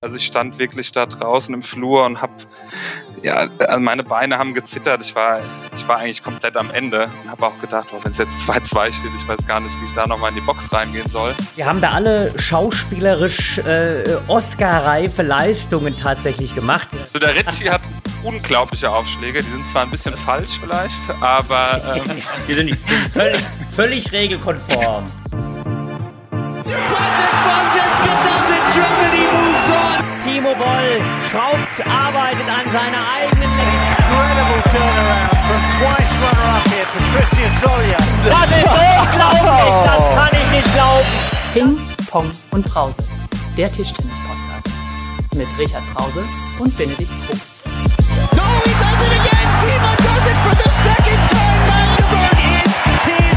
Also ich stand wirklich da draußen im Flur und meine Beine haben gezittert. Ich war eigentlich komplett am Ende und habe auch gedacht, wenn es jetzt 2-2 steht, ich weiß gar nicht, wie ich da nochmal in die Box reingehen soll. Wir haben da alle schauspielerisch Oscar-reife Leistungen tatsächlich gemacht. Also der Ritchie hat unglaubliche Aufschläge, die sind zwar ein bisschen falsch vielleicht, aber die sind völlig regelkonform. Timo Boll schraubt, arbeitet an seiner eigenen Incredible turnaround from twice runner-up here, Patricia Solia. Das ist unglaublich, das kann ich nicht glauben. Ping, Pong und Brause, der Tischtennis-Podcast mit Richard Brause und Benedikt Probst. No, he does it again! Timo does it for the second time! Magdeburg is his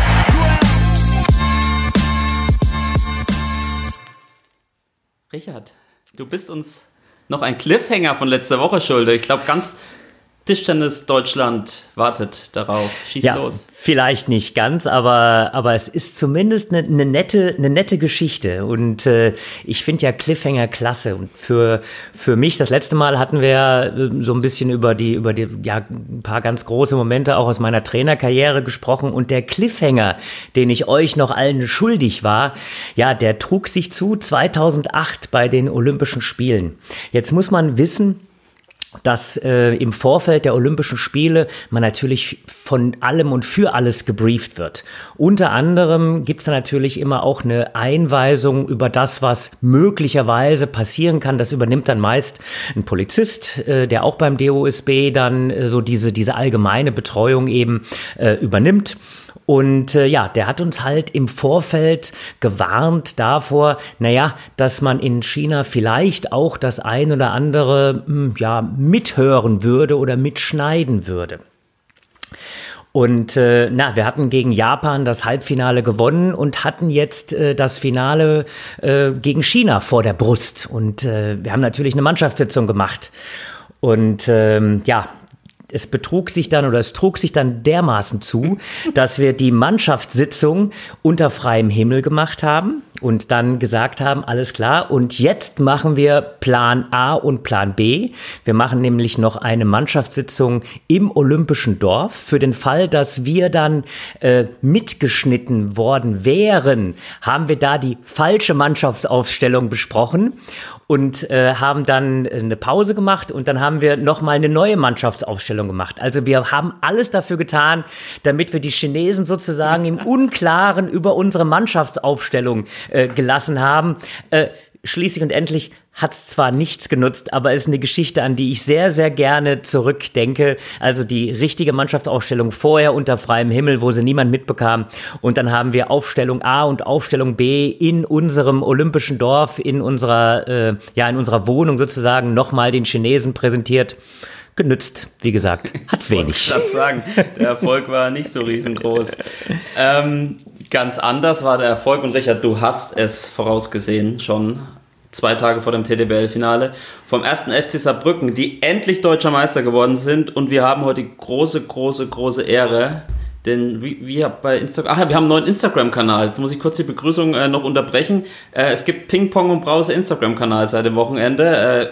ground! Richard, du bist uns noch ein Cliffhanger von letzter Woche schuldig. Ich glaube, ganz Tischtennis Deutschland wartet darauf. Schieß los. Vielleicht nicht ganz, aber es ist zumindest eine nette Geschichte. Und ich finde ja Cliffhanger klasse. Und für mich, das letzte Mal hatten wir so ein bisschen über ein paar ganz große Momente auch aus meiner Trainerkarriere gesprochen. Und der Cliffhanger, den ich euch noch allen schuldig war, der trug sich zu 2008 bei den Olympischen Spielen. Jetzt muss man wissen, dass im Vorfeld der Olympischen Spiele man natürlich von allem und für alles gebrieft wird. Unter anderem gibt's da natürlich immer auch eine Einweisung über das, was möglicherweise passieren kann. Das übernimmt dann meist ein Polizist, der auch beim DOSB dann so diese allgemeine Betreuung eben übernimmt. Und der hat uns halt im Vorfeld gewarnt davor, dass man in China vielleicht auch das ein oder andere mithören würde oder mitschneiden würde. Und wir hatten gegen Japan das Halbfinale gewonnen und hatten jetzt das Finale gegen China vor der Brust. Und wir haben natürlich eine Mannschaftssitzung gemacht. Und es trug sich dann dermaßen zu, dass wir die Mannschaftssitzung unter freiem Himmel gemacht haben und dann gesagt haben, alles klar, und jetzt machen wir Plan A und Plan B. Wir machen nämlich noch eine Mannschaftssitzung im Olympischen Dorf. Für den Fall, dass wir dann mitgeschnitten worden wären, haben wir da die falsche Mannschaftsaufstellung besprochen und haben dann eine Pause gemacht und dann haben wir nochmal eine neue Mannschaftsaufstellung gemacht. Also wir haben alles dafür getan, damit wir die Chinesen sozusagen im Unklaren über unsere Mannschaftsaufstellung gelassen haben. Schließlich und endlich hat es zwar nichts genutzt, aber es ist eine Geschichte, an die ich sehr, sehr gerne zurückdenke. Also die richtige Mannschaftsaufstellung vorher unter freiem Himmel, wo sie niemand mitbekam. Und dann haben wir Aufstellung A und Aufstellung B in unserem olympischen Dorf, in unserer Wohnung sozusagen nochmal den Chinesen präsentiert. Genützt, wie gesagt, hat's wenig. Ich wollte sagen, der Erfolg war nicht so riesengroß. Ganz anders war der Erfolg, und Richard, du hast es vorausgesehen, schon 2 Tage vor dem TTBL-Finale, vom 1. FC Saarbrücken, die endlich deutscher Meister geworden sind, und wir haben heute die große Ehre, denn wir bei Instagram, wir haben einen neuen Instagram-Kanal. Jetzt muss ich kurz die Begrüßung noch unterbrechen. Es gibt Ping Pong und Brause Instagram-Kanal seit dem Wochenende.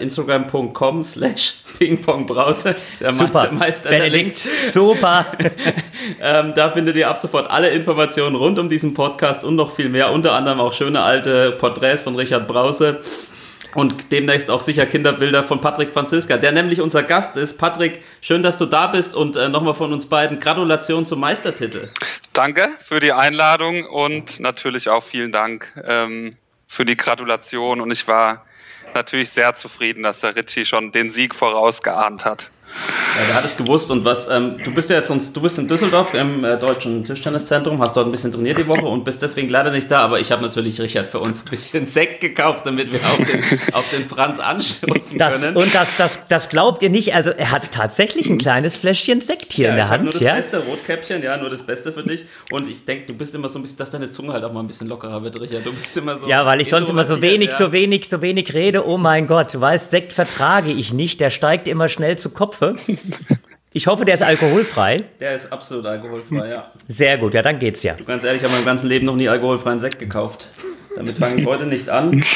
Instagram.com/pingpongbrause. Super, Benedikt, super. Da findet ihr ab sofort alle Informationen rund um diesen Podcast und noch viel mehr. Unter anderem auch schöne alte Porträts von Richard Brause. Und demnächst auch sicher Kinderbilder von Patrick Franziska, der nämlich unser Gast ist. Patrick, schön, dass du da bist, und nochmal von uns beiden Gratulation zum Meistertitel. Danke für die Einladung und natürlich auch vielen Dank für die Gratulation. Und ich war natürlich sehr zufrieden, dass der Ritchie schon den Sieg vorausgeahnt hat. Ja, der hat es gewusst. Und du bist in Düsseldorf im Deutschen Tischtenniszentrum, hast dort ein bisschen trainiert die Woche und bist deswegen leider nicht da, aber ich habe natürlich, Richard, für uns ein bisschen Sekt gekauft, damit wir auf den Franz anstoßen können. Und das glaubt ihr nicht, also er hat tatsächlich ein kleines Fläschchen Sekt hier in der Hand. Nur das Beste, Rotkäppchen, nur das Beste für dich, und ich denke, du bist immer so ein bisschen, dass deine Zunge halt auch mal ein bisschen lockerer wird, Richard, du bist immer so... Ja, weil ich sonst immer so wenig rede, oh mein Gott, du weißt, Sekt vertrage ich nicht, der steigt immer schnell zu Kopfe. Ich hoffe, der ist alkoholfrei. Der ist absolut alkoholfrei, ja. Sehr gut, ja, dann geht's ja. Du, ganz ehrlich, ich habe mein ganzes Leben noch nie alkoholfreien Sekt gekauft. Damit fange ich heute nicht an.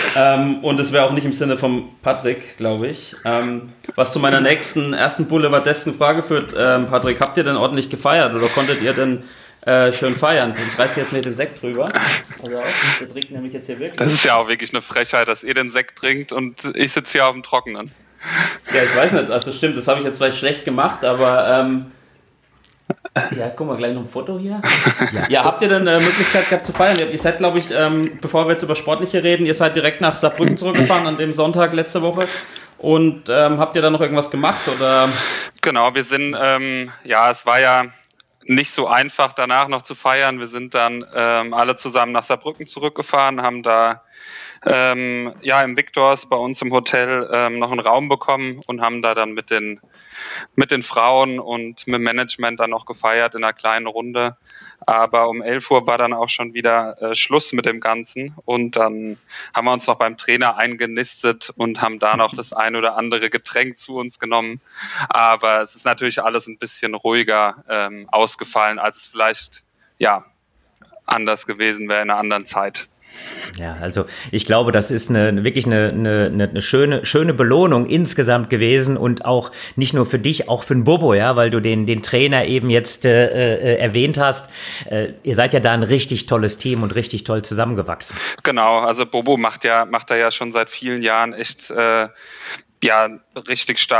Und es wäre auch nicht im Sinne von Patrick, glaube ich. Was zu meiner ersten boulevardesten Frage führt, Patrick, habt ihr denn ordentlich gefeiert oder konntet ihr denn schön feiern? Ich reiß dir jetzt mit den Sekt drüber. Pass auf, wir trinken nämlich jetzt hier wirklich. Das ist ja auch wirklich eine Frechheit, dass ihr den Sekt trinkt und ich sitze hier auf dem Trockenen. Ja, ich weiß nicht, also stimmt, das habe ich jetzt vielleicht schlecht gemacht, aber ja, guck mal, gleich noch ein Foto hier. Ja, habt ihr denn Möglichkeit gehabt zu feiern? Ihr seid, glaube ich, bevor wir jetzt über Sportliche reden, ihr seid direkt nach Saarbrücken zurückgefahren an dem Sonntag letzte Woche. Und habt ihr da noch irgendwas gemacht? Oder? Genau, wir sind, es war ja nicht so einfach danach noch zu feiern. Wir sind dann alle zusammen nach Saarbrücken zurückgefahren, haben da im Victors bei uns im Hotel noch einen Raum bekommen und haben da dann mit den Frauen und mit dem Management dann noch gefeiert in einer kleinen Runde. Aber um 11 Uhr war dann auch schon wieder Schluss mit dem Ganzen und dann haben wir uns noch beim Trainer eingenistet und haben da noch das ein oder andere Getränk zu uns genommen. Aber es ist natürlich alles ein bisschen ruhiger ausgefallen, als es vielleicht anders gewesen wäre in einer anderen Zeit. Ja, also ich glaube, das ist wirklich eine schöne Belohnung insgesamt gewesen und auch nicht nur für dich, auch für den Bobo, ja, weil du den Trainer eben jetzt erwähnt hast. Ihr seid ja da ein richtig tolles Team und richtig toll zusammengewachsen. Genau, also Bobo macht er ja schon seit vielen Jahren echt richtig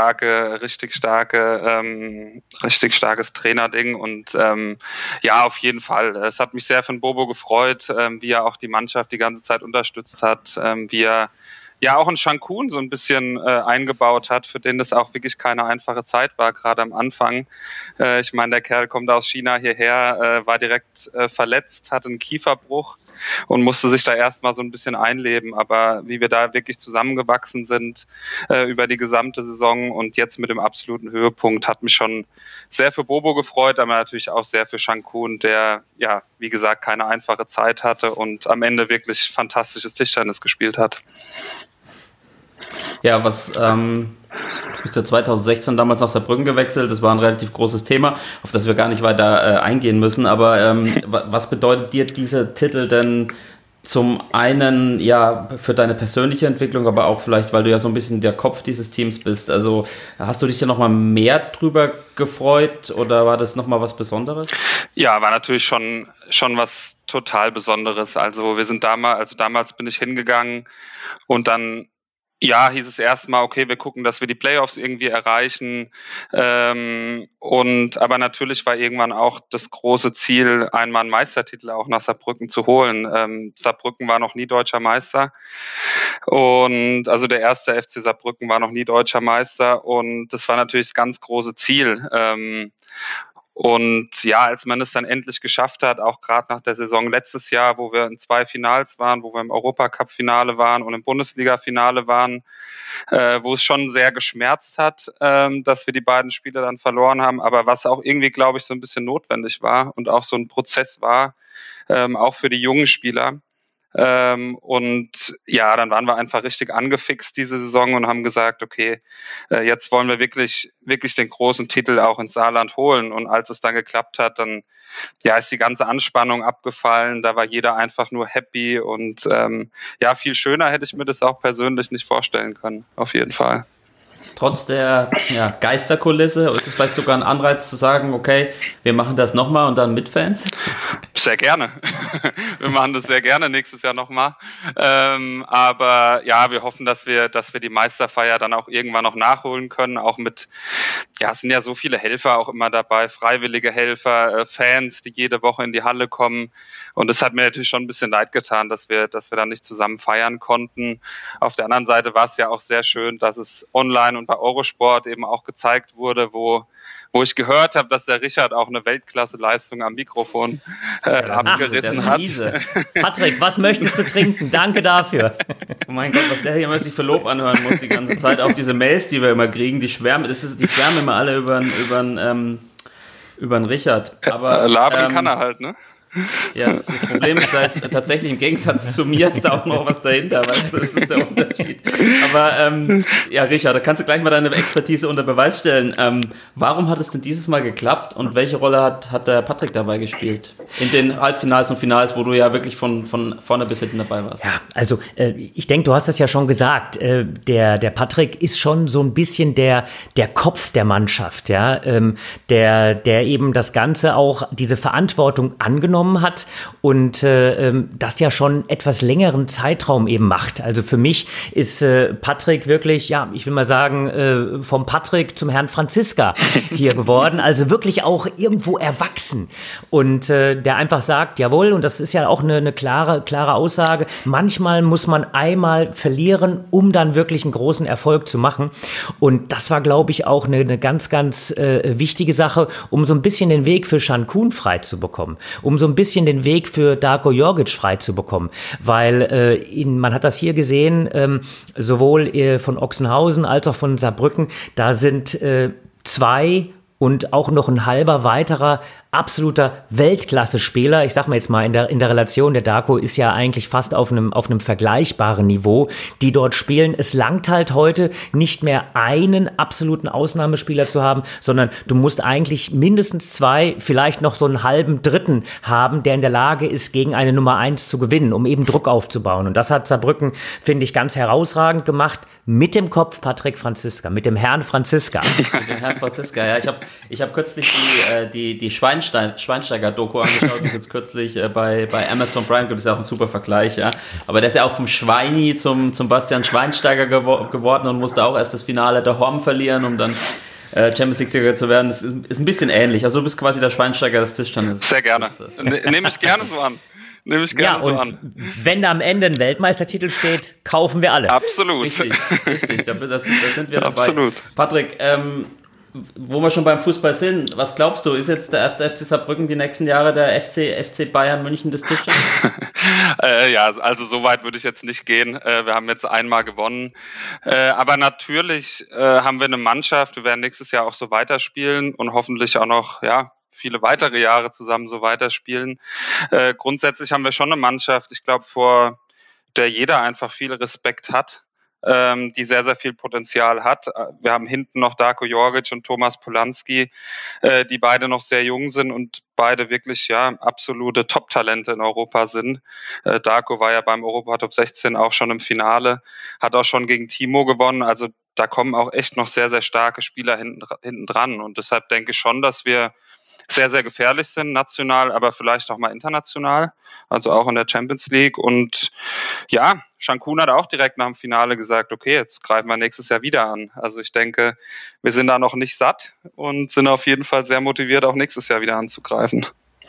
starkes Trainerding und auf jeden Fall. Es hat mich sehr von Bobo gefreut, wie er auch die Mannschaft die ganze Zeit unterstützt hat, wie er ja auch in Cancun so ein bisschen eingebaut hat, für den das auch wirklich keine einfache Zeit war, gerade am Anfang. Ich meine, der Kerl kommt aus China hierher, war direkt verletzt, hatte einen Kieferbruch und musste sich da erstmal so ein bisschen einleben. Aber wie wir da wirklich zusammengewachsen sind über die gesamte Saison und jetzt mit dem absoluten Höhepunkt, hat mich schon sehr für Bobo gefreut, aber natürlich auch sehr für Cancun, der, wie gesagt, keine einfache Zeit hatte und am Ende wirklich fantastisches Tischtennis gespielt hat. Ja, du bist ja 2016 damals nach Saarbrücken gewechselt, das war ein relativ großes Thema, auf das wir gar nicht weiter eingehen müssen, aber was bedeutet dir dieser Titel denn zum einen für deine persönliche Entwicklung, aber auch vielleicht, weil du ja so ein bisschen der Kopf dieses Teams bist, also hast du dich ja nochmal mehr drüber gefreut oder war das nochmal was Besonderes? Ja, war natürlich schon was total Besonderes, also damals bin ich hingegangen und dann hieß es erstmal, okay, wir gucken, dass wir die Playoffs irgendwie erreichen. Aber natürlich war irgendwann auch das große Ziel, einmal einen Meistertitel auch nach Saarbrücken zu holen. Saarbrücken war noch nie deutscher Meister. Und also der erste FC Saarbrücken war noch nie deutscher Meister. Und das war natürlich das ganz große Ziel. Und als man es dann endlich geschafft hat, auch gerade nach der Saison letztes Jahr, wo wir in 2 Finals waren, wo wir im Europacup-Finale waren und im Bundesliga-Finale waren, wo es schon sehr geschmerzt hat, dass wir die beiden Spiele dann verloren haben, aber was auch irgendwie, glaube ich, so ein bisschen notwendig war und auch so ein Prozess war, auch für die jungen Spieler. Dann waren wir einfach richtig angefixt diese Saison und haben gesagt, okay, jetzt wollen wir wirklich den großen Titel auch ins Saarland holen. Und als es dann geklappt hat, dann ist die ganze Anspannung abgefallen. Da war jeder einfach nur happy und viel schöner hätte ich mir das auch persönlich nicht vorstellen können, auf jeden Fall. Trotz der Geisterkulisse, ist es vielleicht sogar ein Anreiz zu sagen, okay, wir machen das nochmal und dann mit Fans? Sehr gerne. Wir machen das sehr gerne nächstes Jahr nochmal. Aber wir hoffen, dass wir die Meisterfeier dann auch irgendwann noch nachholen können. Auch mit, es sind ja so viele Helfer auch immer dabei, freiwillige Helfer, Fans, die jede Woche in die Halle kommen. Und es hat mir natürlich schon ein bisschen leid getan, dass wir dann nicht zusammen feiern konnten. Auf der anderen Seite war es ja auch sehr schön, dass es online und bei Eurosport eben auch gezeigt wurde, wo ich gehört habe, dass der Richard auch eine Weltklasse-Leistung am Mikrofon abgerissen hat. Patrick, was möchtest du trinken? Danke dafür. Oh mein Gott, was der hier immer sich für Lob anhören muss die ganze Zeit. Auch diese Mails, die wir immer kriegen, die schwärmen immer alle über den Richard. Aber, labern kann er halt, ne? Ja, das Problem ist, da ist tatsächlich im Gegensatz zu mir ist da auch noch was dahinter, weißt du, das ist der Unterschied. Aber ja, Richard, da kannst du gleich mal deine Expertise unter Beweis stellen. Warum hat es denn dieses Mal geklappt und welche Rolle hat der Patrick dabei gespielt? In den Halbfinals und Finals, wo du ja wirklich von vorne bis hinten dabei warst. Ja, also ich denke, du hast das ja schon gesagt, der Patrick ist schon so ein bisschen der Kopf der Mannschaft, ja, der eben das Ganze auch, diese Verantwortung angenommen hat und das ja schon etwas längeren Zeitraum eben macht. Also für mich ist Patrick wirklich, ja, ich will mal sagen, vom Patrick zum Herrn Franziska hier geworden, also wirklich auch irgendwo erwachsen und der einfach sagt, jawohl, und das ist ja auch eine klare Aussage, manchmal muss man einmal verlieren, um dann wirklich einen großen Erfolg zu machen und das war, glaube ich, auch eine ganz, ganz wichtige Sache, um so ein bisschen den Weg für Cancun frei zu bekommen, um so ein bisschen den Weg für Darko Jorgic frei zu bekommen, weil man hat das hier gesehen, sowohl von Ochsenhausen als auch von Saarbrücken, da sind 2 und auch noch ein halber weiterer absoluter Weltklasse-Spieler. Ich sag mal jetzt mal, in der Relation, der Darko ist ja eigentlich fast auf einem vergleichbaren Niveau, die dort spielen. Es langt halt heute nicht mehr einen absoluten Ausnahmespieler zu haben, sondern du musst eigentlich mindestens 2, vielleicht noch so einen halben Dritten haben, der in der Lage ist, gegen eine Nummer 1 zu gewinnen, um eben Druck aufzubauen. Und das hat Saarbrücken, finde ich, ganz herausragend gemacht. Mit dem Kopf Patrick Franziska, mit dem Herrn Franziska. Mit dem Herrn Franziska, ja. Ich hab kürzlich die Schweinsteiger-Doku angeschaut, die ist jetzt kürzlich bei Amazon Prime, das ist ja auch ein super Vergleich, ja. Aber der ist ja auch vom Schweini zum Bastian Schweinsteiger geworden und musste auch erst das Finale der Horm verlieren, um dann Champions League-Sieger zu werden. Das ist ein bisschen ähnlich. Also du bist quasi der Schweinsteiger des Tischtennis. Sehr gerne. Nehme ich gerne so an. Wenn da am Ende ein Weltmeistertitel steht, kaufen wir alle. Absolut. Richtig. Das sind wir dabei. Absolut. Patrick, wo wir schon beim Fußball sind, was glaubst du, ist jetzt der erste FC Saarbrücken die nächsten Jahre der FC Bayern München des Tischtennis? Ja, also so weit würde ich jetzt nicht gehen. Wir haben jetzt einmal gewonnen. Aber natürlich haben wir eine Mannschaft, wir werden nächstes Jahr auch so weiterspielen und hoffentlich auch noch, ja, viele weitere Jahre zusammen so weiterspielen. Grundsätzlich haben wir schon eine Mannschaft, ich glaube, vor der jeder einfach viel Respekt hat, die sehr, sehr viel Potenzial hat. Wir haben hinten noch Darko Jorgic und Thomas Polanski, die beide noch sehr jung sind und beide wirklich, ja, absolute Top-Talente in Europa sind. Darko war ja beim Europa Top 16 auch schon im Finale, hat auch schon gegen Timo gewonnen, also da kommen auch echt noch sehr, sehr starke Spieler hinten dran und deshalb denke ich schon, dass wir sehr, sehr gefährlich sind, national, aber vielleicht auch mal international, also auch in der Champions League. Und ja, Cancun hat auch direkt nach dem Finale gesagt, okay, jetzt greifen wir nächstes Jahr wieder an. Also ich denke, wir sind da noch nicht satt und sind auf jeden Fall sehr motiviert, auch nächstes Jahr wieder anzugreifen.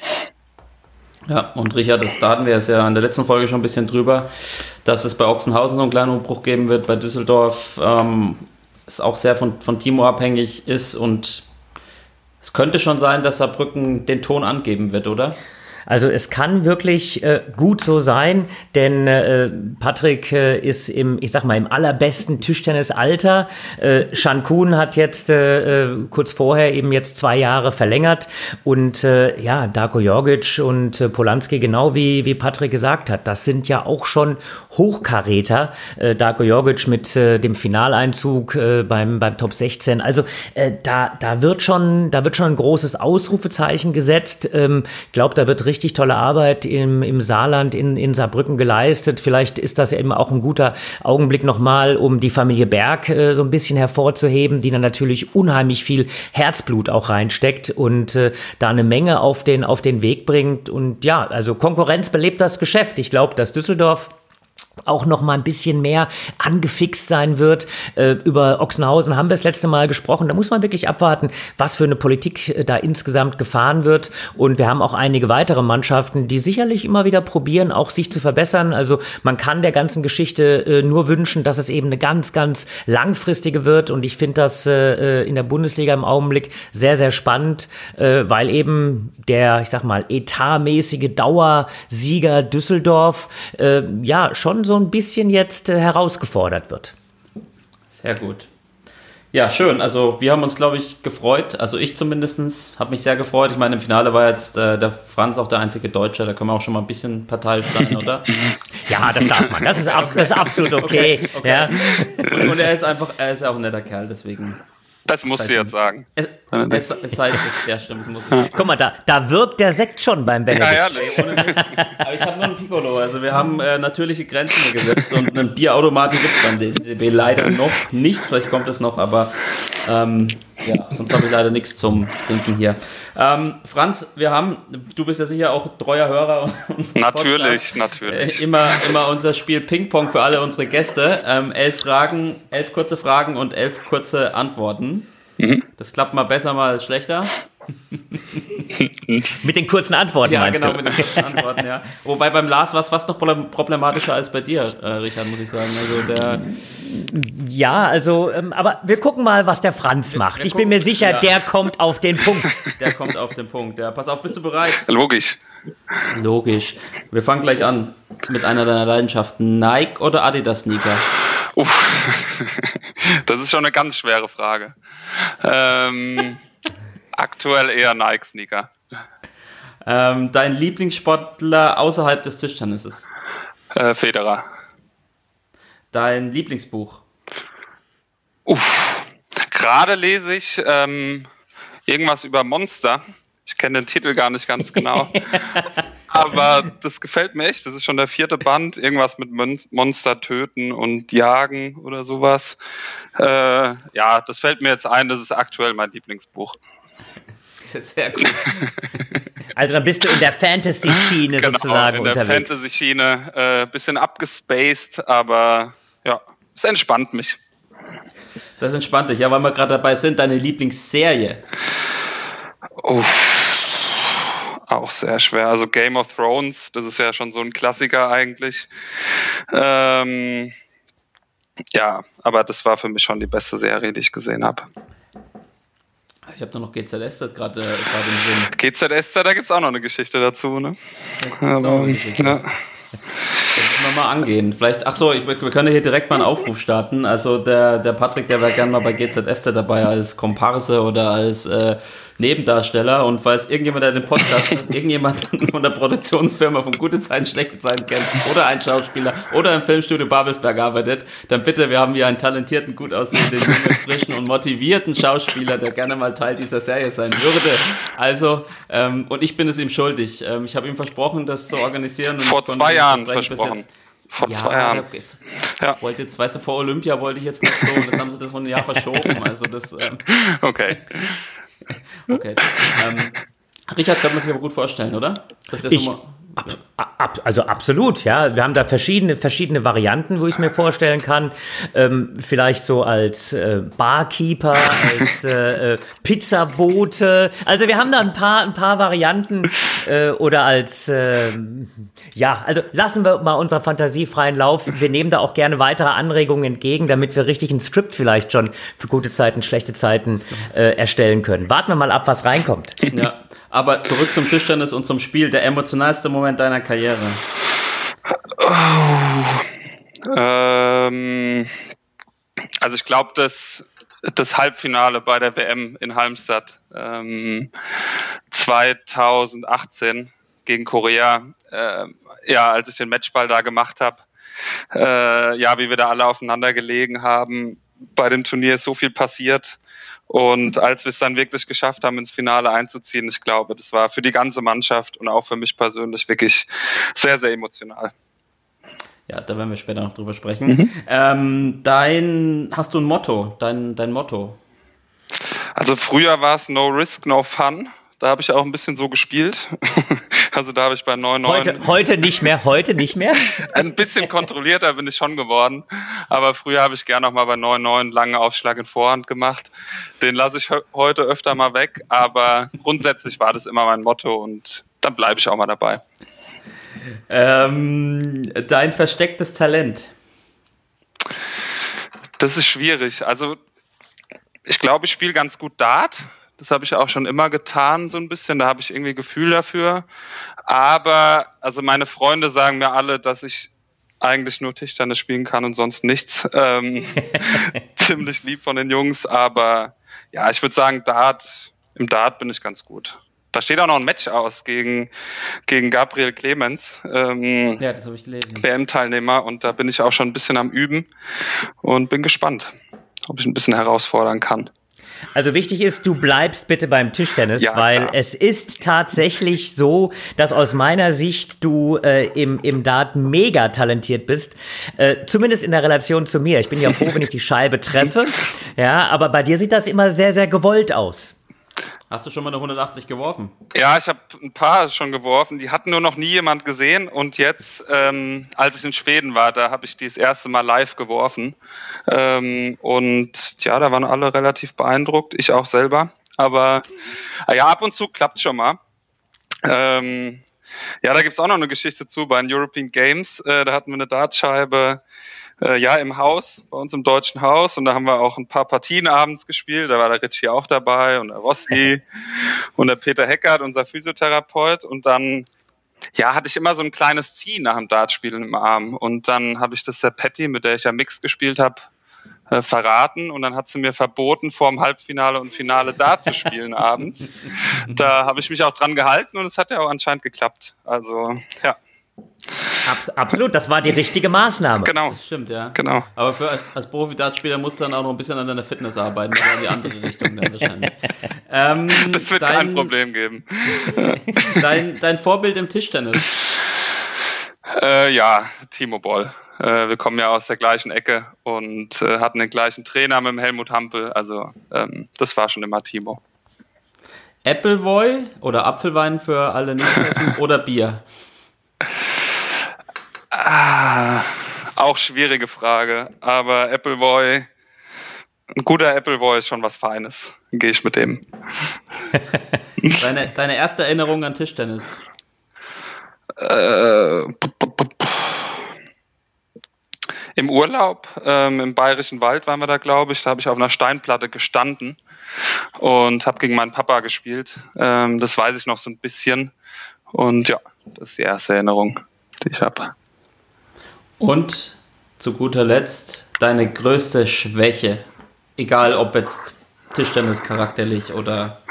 Ja, und Richard, da hatten wir es ja in der letzten Folge schon ein bisschen drüber, dass es bei Ochsenhausen so einen kleinen Umbruch geben wird, bei Düsseldorf es auch sehr von Timo abhängig ist und es könnte schon sein, dass Saarbrücken den Ton angeben wird, oder? Also es kann wirklich gut so sein, denn Patrick ist im allerbesten Tischtennisalter. Cancun hat jetzt kurz vorher eben jetzt 2 Jahre verlängert und Darko Jorgic und Polanski, genau wie Patrick gesagt hat, das sind ja auch schon Hochkaräter. Darko Jorgic mit dem Finaleinzug beim Top 16. Also da wird schon ein großes Ausrufezeichen gesetzt. Ich glaube, da wird richtig tolle Arbeit im Saarland, in Saarbrücken geleistet. Vielleicht ist das ja eben auch ein guter Augenblick nochmal, um die Familie Berg so ein bisschen hervorzuheben, die dann natürlich unheimlich viel Herzblut auch reinsteckt und da eine Menge auf den Weg bringt. Und ja, also Konkurrenz belebt das Geschäft. Ich glaube, dass Düsseldorf auch noch mal ein bisschen mehr angefixt sein wird. Über Ochsenhausen haben wir das letzte Mal gesprochen. Da muss man wirklich abwarten, was für eine Politik da insgesamt gefahren wird. Und wir haben auch einige weitere Mannschaften, die sicherlich immer wieder probieren, auch sich zu verbessern. Also man kann der ganzen Geschichte nur wünschen, dass es eben eine ganz, ganz langfristige wird. Und ich finde das in der Bundesliga im Augenblick sehr, sehr spannend, weil eben der, ich sag mal, etatmäßige Dauersieger Düsseldorf schon so ein bisschen jetzt herausgefordert wird. Sehr gut. Ja, schön. Also wir haben uns, glaube ich, gefreut. Also ich zumindest habe mich sehr gefreut. Ich meine, im Finale war jetzt der Franz auch der einzige Deutsche. Da können wir auch schon mal ein bisschen parteiisch sein, oder? Ja, das darf man. Das ist absolut okay. Okay. Ja. Und er ist ja auch ein netter Kerl, deswegen. Das musst du jetzt sagen. Ja, stimmt, das muss ich. Guck mal, da wirkt der Sekt schon beim Benedikt. Ja, ehrlich. Aber ich habe nur einen Piccolo, also wir haben natürliche Grenzen hier gesetzt und einen Bierautomaten gibt es beim DCB leider noch nicht, vielleicht kommt es noch, aber sonst habe ich leider nichts zum Trinken hier. Franz, du bist ja sicher auch treuer Hörer. Natürlich. Immer unser Spiel Ping-Pong für alle unsere Gäste. 11 kurze Fragen und 11 kurze Antworten. Das klappt mal besser, mal schlechter. Mit den kurzen Antworten, meinst du? Mit den kurzen Antworten, ja. Wobei beim Lars war es fast noch problematischer als bei dir, Richard, muss ich sagen. Aber wir gucken mal, was der Franz macht. Ich bin mir sicher, der kommt auf den Punkt. Der kommt auf den Punkt, ja. Pass auf, bist du bereit? Logisch. Wir fangen gleich an mit einer deiner Leidenschaften. Nike oder Adidas Sneaker? Das ist schon eine ganz schwere Frage. Aktuell eher Nike-Sneaker. Dein Lieblingssportler außerhalb des Tischtennisses? Federer. Dein Lieblingsbuch? Gerade lese ich irgendwas über Monster. Ich kenne den Titel gar nicht ganz genau. Aber das gefällt mir echt. Das ist schon der 4. Band. Irgendwas mit Monster töten und jagen oder sowas. Das fällt mir jetzt ein. Das ist aktuell mein Lieblingsbuch. Das ist sehr gut. Also dann bist du in der Fantasy-Schiene sozusagen in der unterwegs. Fantasy-Schiene. Bisschen abgespaced, aber ja, es entspannt mich. Das entspannt dich. Ja, weil wir gerade dabei sind, deine Lieblingsserie? Auch sehr schwer. Also Game of Thrones, das ist ja schon so ein Klassiker eigentlich. Aber das war für mich schon die beste Serie, die ich gesehen habe. Ich habe da noch GZSZ gerade im Sinn. GZSZ, da gibt es auch noch eine Geschichte dazu, ne? Ja. Das müssen wir mal angehen. Vielleicht, wir können hier direkt mal einen Aufruf starten. Also der Patrick, der wäre gerne mal bei GZSZ dabei als Komparse oder als Nebendarsteller. Und falls irgendjemand, der den Podcast hört, irgendjemand von der Produktionsfirma von Gute Zeiten, Schlechte Zeiten kennt oder ein Schauspieler oder im Filmstudio Babelsberg arbeitet, dann bitte, wir haben hier einen talentierten, gut aussehenden, jungen, frischen und motivierten Schauspieler, der gerne mal Teil dieser Serie sein würde. Also, und ich bin es ihm schuldig. Ich habe ihm versprochen, das zu organisieren. Und vor 2 Jahren versprochen. Vor 2 Jahren. Ich wollte jetzt, weißt du, vor Olympia wollte ich jetzt nicht so, und jetzt haben sie das von einem Jahr verschoben. Also das. Okay. Richard, kann man sich aber gut vorstellen, oder? Also absolut, ja. Wir haben da verschiedene Varianten, wo ich es mir vorstellen kann. Vielleicht so als Barkeeper, als Pizzabote. Also wir haben da ein paar Varianten oder als also lassen wir mal unserer Fantasie freien Lauf. Wir nehmen da auch gerne weitere Anregungen entgegen, damit wir richtig ein Skript vielleicht schon für gute Zeiten, schlechte Zeiten erstellen können. Warten wir mal ab, was reinkommt. Ja. Aber zurück zum Tischtennis und zum Spiel. Der emotionalste Moment deiner Karriere? Also ich glaube, das Halbfinale bei der WM in Halmstad 2018 gegen Korea, als ich den Matchball da gemacht habe, wie wir da alle aufeinander gelegen haben. Bei dem Turnier ist so viel passiert. Und als wir es dann wirklich geschafft haben, ins Finale einzuziehen, ich glaube, das war für die ganze Mannschaft und auch für mich persönlich wirklich sehr, sehr emotional. Ja, da werden wir später noch drüber sprechen. Hast du ein Motto, dein Motto? Also früher war es No Risk, No Fun. Da habe ich auch ein bisschen so gespielt. Also da habe ich bei 9-9... Heute nicht mehr? Ein bisschen kontrollierter bin ich schon geworden. Aber früher habe ich gerne noch mal bei 9-9 langen Aufschlag in Vorhand gemacht. Den lasse ich heute öfter mal weg. Aber grundsätzlich war das immer mein Motto und dann bleibe ich auch mal dabei. Dein verstecktes Talent? Das ist schwierig. Also ich glaube, ich spiele ganz gut Dart. Das habe ich auch schon immer getan, so ein bisschen. Da habe ich irgendwie Gefühl dafür. Aber also meine Freunde sagen mir alle, dass ich eigentlich nur Tischtennis spielen kann und sonst nichts. ziemlich lieb von den Jungs, aber ja, ich würde sagen, im Dart bin ich ganz gut. Da steht auch noch ein Match aus gegen Gabriel Clemens, Ja, das habe ich gelesen. WM-Teilnehmer, und da bin ich auch schon ein bisschen am Üben und bin gespannt, ob ich ein bisschen herausfordern kann. Also wichtig ist, du bleibst bitte beim Tischtennis, Ja, weil klar. es ist tatsächlich so, dass aus meiner Sicht du im Dart mega talentiert bist, zumindest in der Relation zu mir. Ich bin ja froh, wenn ich die Scheibe treffe, ja, aber bei dir sieht das immer sehr, sehr gewollt aus. Hast du schon mal eine 180 geworfen? Ja, ich habe ein paar schon geworfen, die hat nur noch nie jemand gesehen, und jetzt, als ich in Schweden war, da habe ich die das erste Mal live geworfen, und ja, da waren alle relativ beeindruckt, ich auch selber, aber ja, ab und zu klappt schon mal. Ja, da gibt's auch noch eine Geschichte zu, bei den European Games, da hatten wir eine Dartscheibe, im Haus, bei uns im Deutschen Haus, und da haben wir auch ein paar Partien abends gespielt, da war der Ritchie auch dabei und der Rossi und der Peter Heckert, unser Physiotherapeut, und dann, ja, hatte ich immer so ein kleines Ziehen nach dem Dartspielen im Arm, und dann habe ich das der Patty, mit der ich ja Mixed gespielt habe, verraten, und dann hat sie mir verboten, vor dem Halbfinale und Finale Dart zu spielen abends. Da habe ich mich auch dran gehalten, und es hat ja auch anscheinend geklappt, also, ja. Absolut, das war die richtige Maßnahme. Genau. Das stimmt, ja. Genau. Aber als Profi-Dartspieler musst du dann auch noch ein bisschen an deiner Fitness arbeiten, oder in die andere Richtung dann wahrscheinlich. Das wird kein Problem geben. Dein Vorbild im Tischtennis? Ja, Timo Boll. Wir kommen ja aus der gleichen Ecke und hatten den gleichen Trainer mit dem Helmut Hampel. Also das war schon immer Timo. Appleboy oder Apfelwein für alle Nicht-Essen oder Bier? Auch schwierige Frage, aber Appleboy, ein guter Appleboy ist schon was Feines. Dann gehe ich mit dem. Deine erste Erinnerung an Tischtennis? Im Urlaub, im Bayerischen Wald waren wir da, glaube ich. Da habe ich auf einer Steinplatte gestanden und habe gegen meinen Papa gespielt. Das weiß ich noch so ein bisschen. Und ja, das ist die erste Erinnerung, die ich habe. Und zu guter Letzt deine größte Schwäche, egal ob jetzt Tischtennis charakterlich oder...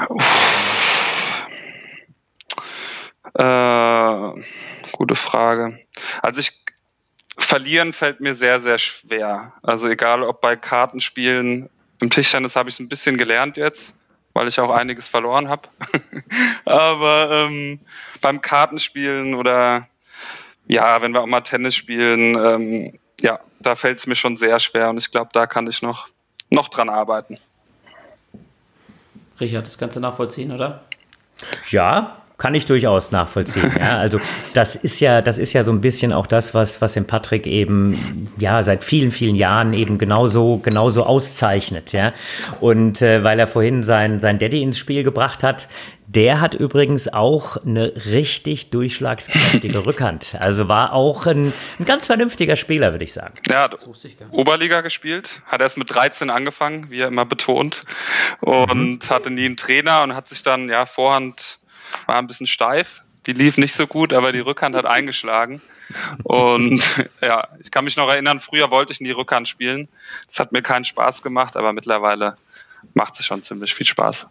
Gute Frage. Also verlieren fällt mir sehr, sehr schwer. Also egal ob bei Kartenspielen, im Tischtennis habe ich es ein bisschen gelernt jetzt, weil ich auch einiges verloren habe. Aber beim Kartenspielen oder ja, wenn wir auch mal Tennis spielen, da fällt es mir schon sehr schwer, und ich glaube, da kann ich noch dran arbeiten. Richard, das kannst du nachvollziehen, oder? Ja, kann ich durchaus nachvollziehen. Ja, also das ist ja so ein bisschen auch das, was den Patrick eben ja seit vielen, vielen Jahren eben genauso auszeichnet. Ja, und weil er vorhin sein Daddy ins Spiel gebracht hat. Der hat übrigens auch eine richtig durchschlagskräftige Rückhand. Also war auch ein ganz vernünftiger Spieler, würde ich sagen. Ja, Oberliga gespielt, hat erst mit 13 angefangen, wie er immer betont, und hatte nie einen Trainer und hat sich dann, ja, Vorhand war ein bisschen steif, die lief nicht so gut, aber die Rückhand hat eingeschlagen. Und ja, ich kann mich noch erinnern, früher wollte ich nie Rückhand spielen. Das hat mir keinen Spaß gemacht, aber mittlerweile macht es schon ziemlich viel Spaß.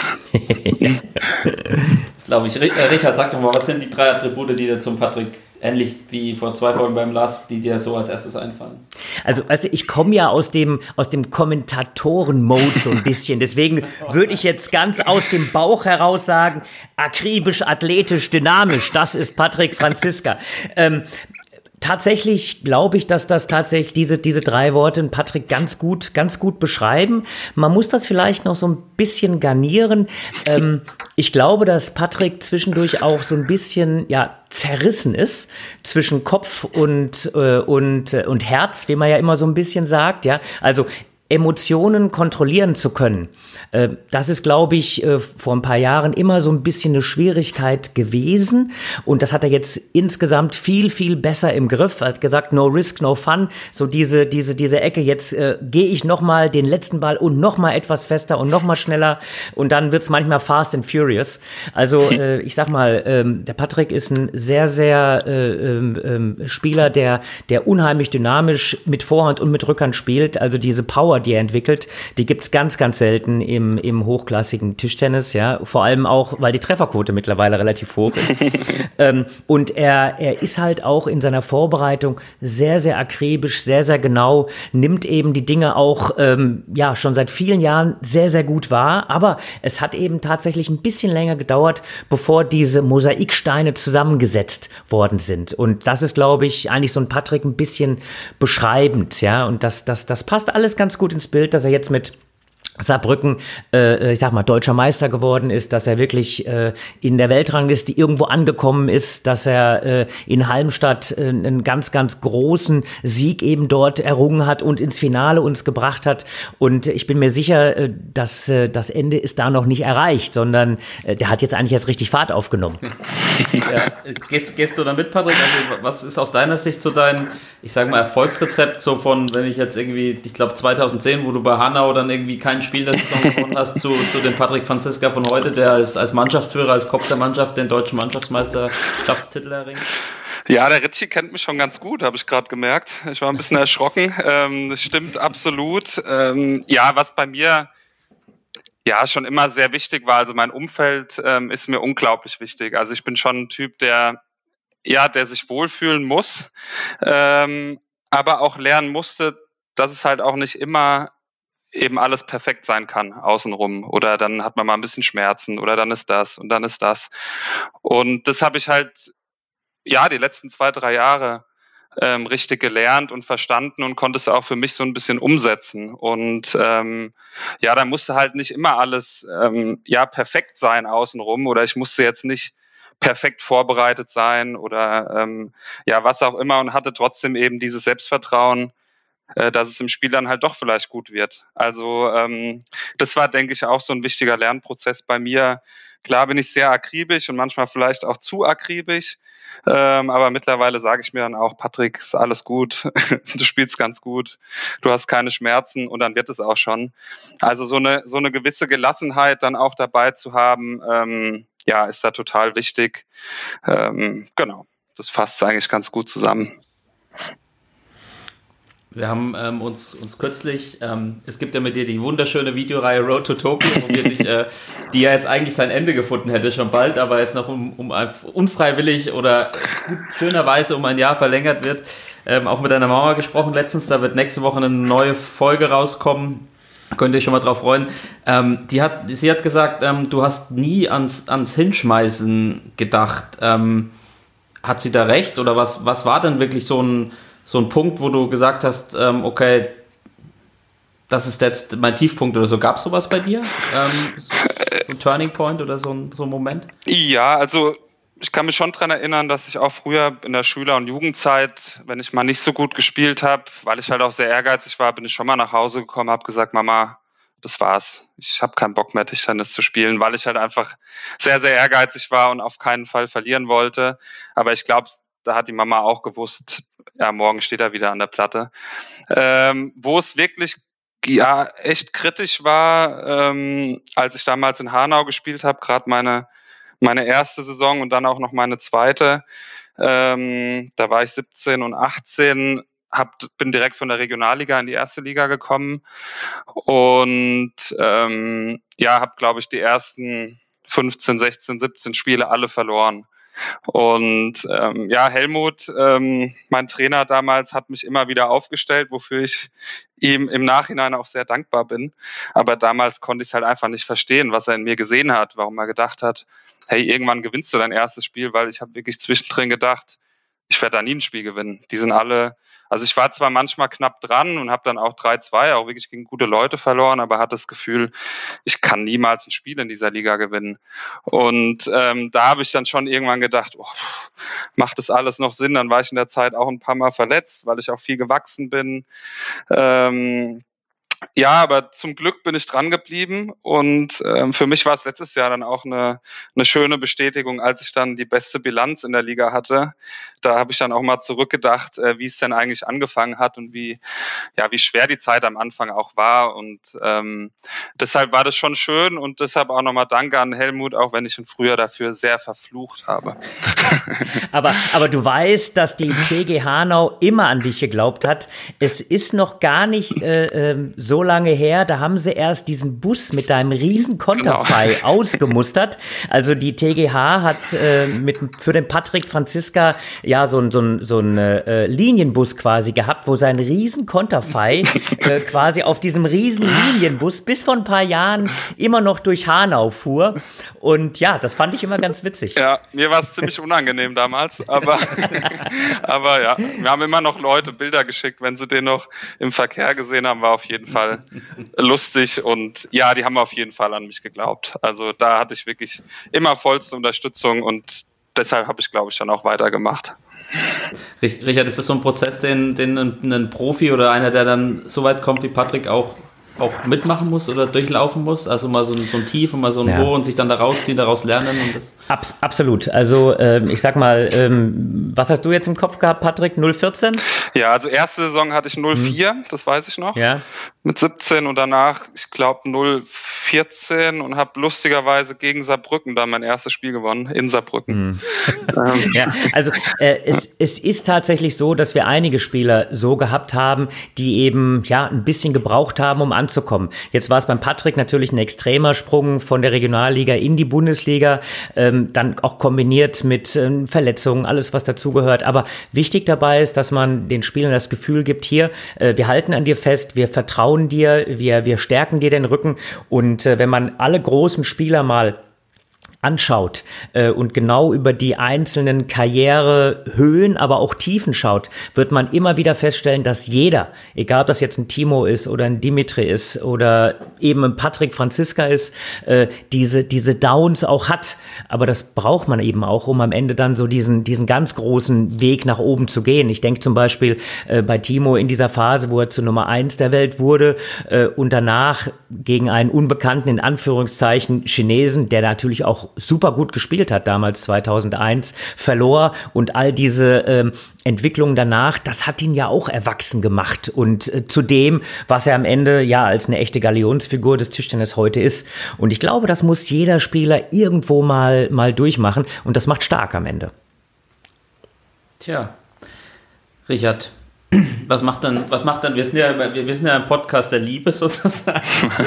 Das glaube ich. Richard, sag doch mal, was sind die 3 Attribute, die dir zum Patrick, ähnlich wie vor 2 Folgen beim Lars, die dir so als erstes einfallen? Also, ich komme ja aus dem Kommentatoren-Mode so ein bisschen. Deswegen würde ich jetzt ganz aus dem Bauch heraus sagen, akribisch, athletisch, dynamisch, das ist Patrick Franziska. Tatsächlich glaube ich, dass das tatsächlich diese 3 Worte Patrick ganz gut beschreiben. Man muss das vielleicht noch so ein bisschen garnieren. Ich glaube, dass Patrick zwischendurch auch so ein bisschen zerrissen ist zwischen Kopf und Herz, wie man ja immer so ein bisschen sagt. Ja, also Emotionen kontrollieren zu können. Das ist, glaube ich, vor ein paar Jahren immer so ein bisschen eine Schwierigkeit gewesen. Und das hat er jetzt insgesamt viel, viel besser im Griff. Er hat gesagt, no risk, no fun. So diese Ecke, jetzt gehe ich nochmal den letzten Ball und nochmal etwas fester und nochmal schneller. Und dann wird's manchmal fast and furious. Also ich sag mal, der Patrick ist ein sehr, sehr Spieler, der unheimlich dynamisch mit Vorhand und mit Rückhand spielt. Also diese Power, Power, die er entwickelt, die gibt's ganz, ganz selten im hochklassigen Tischtennis, ja. Vor allem auch, weil die Trefferquote mittlerweile relativ hoch ist. Und er ist halt auch in seiner Vorbereitung sehr, sehr akribisch, sehr, sehr genau, nimmt eben die Dinge auch, schon seit vielen Jahren sehr, sehr gut wahr. Aber es hat eben tatsächlich ein bisschen länger gedauert, bevor diese Mosaiksteine zusammengesetzt worden sind. Und das ist, glaube ich, eigentlich so ein Patrick ein bisschen beschreibend, ja. Und das passt alles ganz gut ins Bild, dass er jetzt mit Saarbrücken, deutscher Meister geworden ist, dass er wirklich in der Weltrangliste irgendwo angekommen ist, dass er in Halmstad einen ganz, ganz großen Sieg eben dort errungen hat und ins Finale uns gebracht hat. Und ich bin mir sicher, dass das Ende ist da noch nicht erreicht, sondern der hat jetzt eigentlich erst richtig Fahrt aufgenommen. Ja. Gehst du da mit, Patrick? Also was ist aus deiner Sicht so dein, ich sage mal, Erfolgsrezept so von, wenn ich jetzt irgendwie, ich glaube 2010, wo du bei Hanau dann irgendwie kein Spiel der Saison gewonnen hast, zu dem Patrick Franziska von heute, der als Mannschaftsführer, als Kopf der Mannschaft den deutschen Mannschaftsmeisterschaftstitel erringt? Ja, der Ritchie kennt mich schon ganz gut, habe ich gerade gemerkt. Ich war ein bisschen erschrocken. Das stimmt absolut. Was bei mir schon immer sehr wichtig war, also mein Umfeld ist mir unglaublich wichtig. Also ich bin schon ein Typ, der sich wohlfühlen muss, aber auch lernen musste, dass es halt auch nicht immer eben alles perfekt sein kann außenrum, oder dann hat man mal ein bisschen Schmerzen oder dann ist das und dann ist das. Und das habe ich halt die letzten 2-3 Jahre richtig gelernt und verstanden und konnte es auch für mich so ein bisschen umsetzen. Und da musste halt nicht immer alles perfekt sein außenrum, oder ich musste jetzt nicht perfekt vorbereitet sein oder was auch immer, und hatte trotzdem eben dieses Selbstvertrauen, dass es im Spiel dann halt doch vielleicht gut wird. Also das war, denke ich, auch so ein wichtiger Lernprozess bei mir. Klar bin ich sehr akribisch und manchmal vielleicht auch zu akribisch, aber mittlerweile sage ich mir dann auch, Patrick, ist alles gut, du spielst ganz gut, du hast keine Schmerzen, und dann wird es auch schon. Also so eine gewisse Gelassenheit dann auch dabei zu haben, ist da total wichtig. Genau, das fasst eigentlich ganz gut zusammen. Wir haben uns kürzlich, es gibt ja mit dir die wunderschöne Videoreihe Road to Tokyo, wo wir dich, die ja jetzt eigentlich sein Ende gefunden hätte schon bald, aber jetzt noch unfreiwillig oder schönerweise um ein Jahr verlängert wird, auch mit deiner Mama gesprochen letztens. Da wird nächste Woche eine neue Folge rauskommen. Könnt ihr euch schon mal drauf freuen. Sie hat gesagt, du hast nie ans Hinschmeißen gedacht. Hat sie da recht? Oder was war denn wirklich so ein Punkt, wo du gesagt hast, okay, das ist jetzt mein Tiefpunkt oder so? Gab es sowas bei dir? So ein Turning Point oder so ein Moment? Ja, also ich kann mich schon daran erinnern, dass ich auch früher in der Schüler- und Jugendzeit, wenn ich mal nicht so gut gespielt habe, weil ich halt auch sehr ehrgeizig war, bin ich schon mal nach Hause gekommen, habe gesagt, Mama, das war's. Ich habe keinen Bock mehr, Tischtennis zu spielen, weil ich halt einfach sehr, sehr ehrgeizig war und auf keinen Fall verlieren wollte. Aber ich glaube, da hat die Mama auch gewusst, ja, morgen steht er wieder an der Platte. Wo es wirklich echt kritisch war, als ich damals in Hanau gespielt habe, gerade meine erste Saison und dann auch noch meine zweite. Da war ich 17 und 18, bin direkt von der Regionalliga in die erste Liga gekommen und habe, glaube ich, die ersten 15, 16, 17 Spiele alle verloren. Und Helmut, mein Trainer damals, hat mich immer wieder aufgestellt, wofür ich ihm im Nachhinein auch sehr dankbar bin. Aber damals konnte ich es halt einfach nicht verstehen, was er in mir gesehen hat, warum er gedacht hat, hey, irgendwann gewinnst du dein erstes Spiel, weil ich habe wirklich zwischendrin gedacht, ich werde da nie ein Spiel gewinnen. Die sind alle, also ich war zwar manchmal knapp dran und habe dann auch 3-2, auch wirklich gegen gute Leute verloren, aber hatte das Gefühl, ich kann niemals ein Spiel in dieser Liga gewinnen. Und da habe ich dann schon irgendwann gedacht, macht das alles noch Sinn? Dann war ich in der Zeit auch ein paar Mal verletzt, weil ich auch viel gewachsen bin. Aber zum Glück bin ich dran geblieben, und für mich war es letztes Jahr dann auch eine schöne Bestätigung, als ich dann die beste Bilanz in der Liga hatte. Da habe ich dann auch mal zurückgedacht, wie es denn eigentlich angefangen hat und wie schwer die Zeit am Anfang auch war, und deshalb war das schon schön, und deshalb auch nochmal Danke an Helmut, auch wenn ich ihn früher dafür sehr verflucht habe. Aber du weißt, dass die TG Hanau immer an dich geglaubt hat. Es ist noch gar nicht so lange her, da haben sie erst diesen Bus mit deinem riesen Konterfei ausgemustert. Also die TGH hat für den Patrick Franziska ja so ein Linienbus quasi gehabt, wo sein riesen Konterfei quasi auf diesem riesen Linienbus bis vor ein paar Jahren immer noch durch Hanau fuhr. Und ja, das fand ich immer ganz witzig. Ja, mir war es ziemlich unangenehm damals, aber ja, wir haben immer noch Leute Bilder geschickt, wenn sie den noch im Verkehr gesehen haben, war auf jeden Fall lustig und ja, die haben auf jeden Fall an mich geglaubt. Also da hatte ich wirklich immer vollste Unterstützung und deshalb habe ich, glaube ich, dann auch weitergemacht. Richard, ist das so ein Prozess, den ein Profi oder einer, der dann so weit kommt wie Patrick, auch mitmachen muss oder durchlaufen muss? Also mal so ein Tief und mal so ein Hoch und sich dann da rausziehen, daraus lernen? Und das Absolut. Also ich sag mal, was hast du jetzt im Kopf gehabt, Patrick? 0,14? Ja, also erste Saison hatte ich 0,4, das weiß ich noch. Ja. Mit 17 und danach, ich glaube, 0,14 und habe lustigerweise gegen Saarbrücken dann mein erstes Spiel gewonnen, in Saarbrücken. Ja, also es ist tatsächlich so, dass wir einige Spieler so gehabt haben, die eben ja ein bisschen gebraucht haben, um anzukommen. Jetzt war es beim Patrick natürlich ein extremer Sprung von der Regionalliga in die Bundesliga, dann auch kombiniert mit Verletzungen, alles was dazugehört. Aber wichtig dabei ist, dass man den Spielern das Gefühl gibt, hier, wir halten an dir fest, wir vertrauen dir, wir stärken dir den Rücken. Und wenn man alle großen Spieler mal anschaut und genau über die einzelnen Karrierehöhen, aber auch Tiefen schaut, wird man immer wieder feststellen, dass jeder, egal ob das jetzt ein Timo ist oder ein Dimitri ist oder eben ein Patrick Franziska ist, diese Downs auch hat. Aber das braucht man eben auch, um am Ende dann so diesen ganz großen Weg nach oben zu gehen. Ich denke zum Beispiel bei Timo in dieser Phase, wo er zur Nummer 1 der Welt wurde und danach gegen einen unbekannten, in Anführungszeichen, Chinesen, der natürlich auch super gut gespielt hat, damals 2001, verlor und all diese Entwicklungen danach, das hat ihn ja auch erwachsen gemacht und zu dem, was er am Ende ja als eine echte Galionsfigur des Tischtennis heute ist. Und ich glaube, das muss jeder Spieler irgendwo mal durchmachen und das macht stark am Ende. Tja, Richard, was macht dann, wir sind ja ein Podcast der Liebe sozusagen,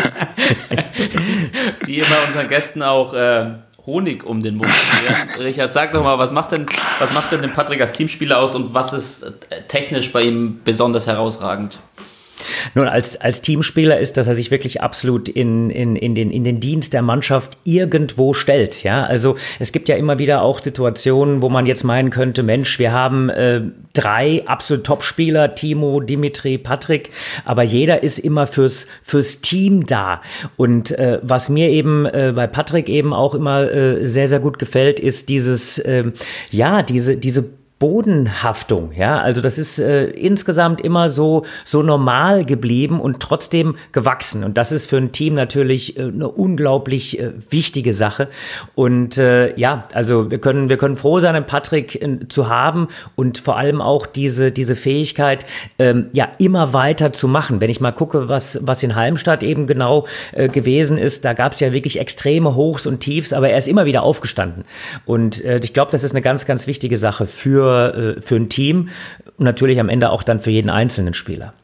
die immer unseren Gästen auch Honig um den Mund schmieren. Richard, sag doch mal, was macht denn den Patrick als Teamspieler aus und was ist technisch bei ihm besonders herausragend? Nun, als Teamspieler ist, dass er sich wirklich absolut in den Dienst der Mannschaft irgendwo stellt. Ja, also es gibt ja immer wieder auch Situationen, wo man jetzt meinen könnte, Mensch, wir haben 3 absolut Top-Spieler, Timo, Dimitri, Patrick, aber jeder ist immer fürs Team da. Und was mir eben bei Patrick eben auch immer sehr, sehr gut gefällt, ist diese Bodenhaftung, ja, also das ist insgesamt immer so normal geblieben und trotzdem gewachsen und das ist für ein Team natürlich eine unglaublich wichtige Sache und also wir können froh sein, einen Patrick zu haben und vor allem auch diese Fähigkeit immer weiter zu machen. Wenn ich mal gucke, was in Halmstad eben genau gewesen ist, da gab es ja wirklich extreme Hochs und Tiefs, aber er ist immer wieder aufgestanden und ich glaube, das ist eine ganz, ganz wichtige Sache für ein Team und natürlich am Ende auch dann für jeden einzelnen Spieler.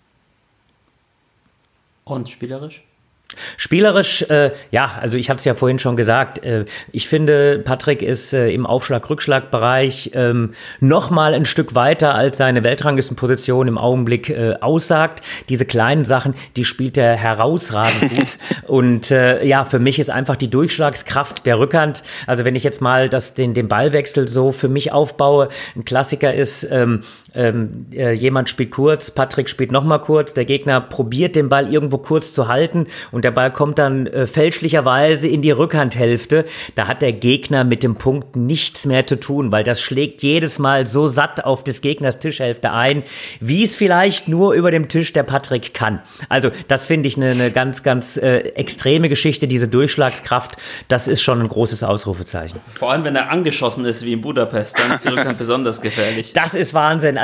Und spielerisch? Spielerisch, also ich hatte es ja vorhin schon gesagt, ich finde, Patrick ist im Aufschlag-Rückschlag-Bereich noch mal ein Stück weiter, als seine Weltranglistenposition im Augenblick aussagt. Diese kleinen Sachen, die spielt er herausragend gut. Und für mich ist einfach die Durchschlagskraft der Rückhand, also wenn ich jetzt mal den Ballwechsel so für mich aufbaue, ein Klassiker ist, jemand spielt kurz, Patrick spielt noch mal kurz, der Gegner probiert den Ball irgendwo kurz zu halten und der Ball kommt dann fälschlicherweise in die Rückhandhälfte. Da hat der Gegner mit dem Punkt nichts mehr zu tun, weil das schlägt jedes Mal so satt auf des Gegners Tischhälfte ein, wie es vielleicht nur über dem Tisch der Patrick kann. Also das finde ich eine ganz, ganz extreme Geschichte, diese Durchschlagskraft, das ist schon ein großes Ausrufezeichen. Vor allem, wenn er angeschossen ist wie in Budapest, dann ist die Rückhand besonders gefährlich. Das ist Wahnsinn.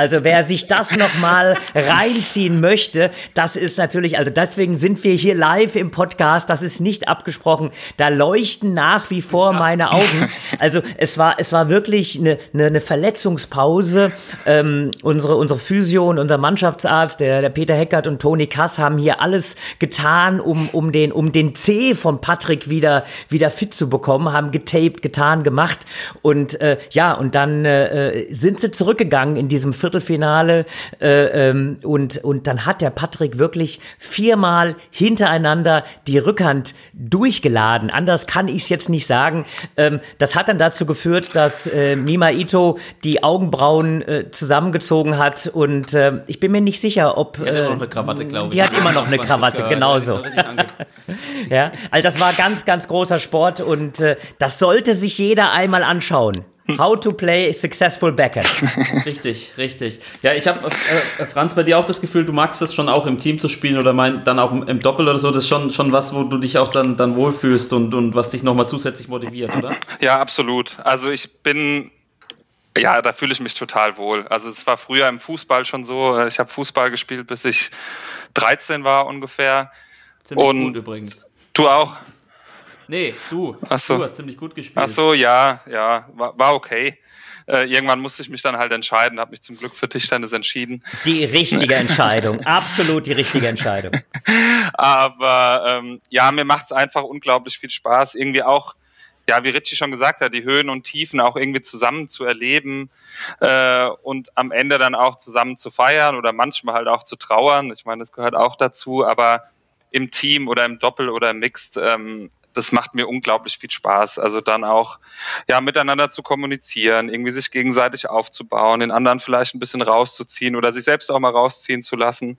Also wer sich das nochmal reinziehen möchte, das ist natürlich, also deswegen sind wir hier live im Podcast, das ist nicht abgesprochen, da leuchten nach wie vor meine Augen. Also es war wirklich eine Verletzungspause. Unsere Physio und unser Mannschaftsarzt, der Peter Heckert und Toni Kass haben hier alles getan, um den C von Patrick wieder fit zu bekommen, haben getaped, getan, gemacht und und dann sind sie zurückgegangen in diesem Viertelfinale und dann hat der Patrick wirklich 4-mal hintereinander die Rückhand durchgeladen. Anders kann ich es jetzt nicht sagen. Das hat dann dazu geführt, dass Mima Ito die Augenbrauen zusammengezogen hat und ich bin mir nicht sicher, ob... Die hat immer noch eine Krawatte, glaube ich. Die hat immer noch eine Krawatte, genauso. Ja, also das war ganz, ganz großer Sport und das sollte sich jeder einmal anschauen. How to play a successful backhand. Richtig. Ja, ich habe, Franz, bei dir auch das Gefühl, du magst das schon auch im Team zu spielen oder dann auch im Doppel oder so. Das ist schon was, wo du dich auch dann wohlfühlst und was dich nochmal zusätzlich motiviert, oder? Ja, absolut. Also da fühle ich mich total wohl. Also es war früher im Fußball schon so. Ich habe Fußball gespielt, bis ich 13 war ungefähr. Ziemlich gut übrigens. Du auch? Nee, du hast ziemlich gut gespielt. Ach so, ja, war okay. Irgendwann musste ich mich dann halt entscheiden, habe mich zum Glück für Tischtennis entschieden. Die richtige Entscheidung, absolut die richtige Entscheidung. Aber mir macht es einfach unglaublich viel Spaß, irgendwie auch, ja, wie Richie schon gesagt hat, die Höhen und Tiefen auch irgendwie zusammen zu erleben und am Ende dann auch zusammen zu feiern oder manchmal halt auch zu trauern. Ich meine, das gehört auch dazu, aber im Team oder im Doppel oder im Mixed, das macht mir unglaublich viel Spaß. Also dann auch, miteinander zu kommunizieren, irgendwie sich gegenseitig aufzubauen, den anderen vielleicht ein bisschen rauszuziehen oder sich selbst auch mal rausziehen zu lassen.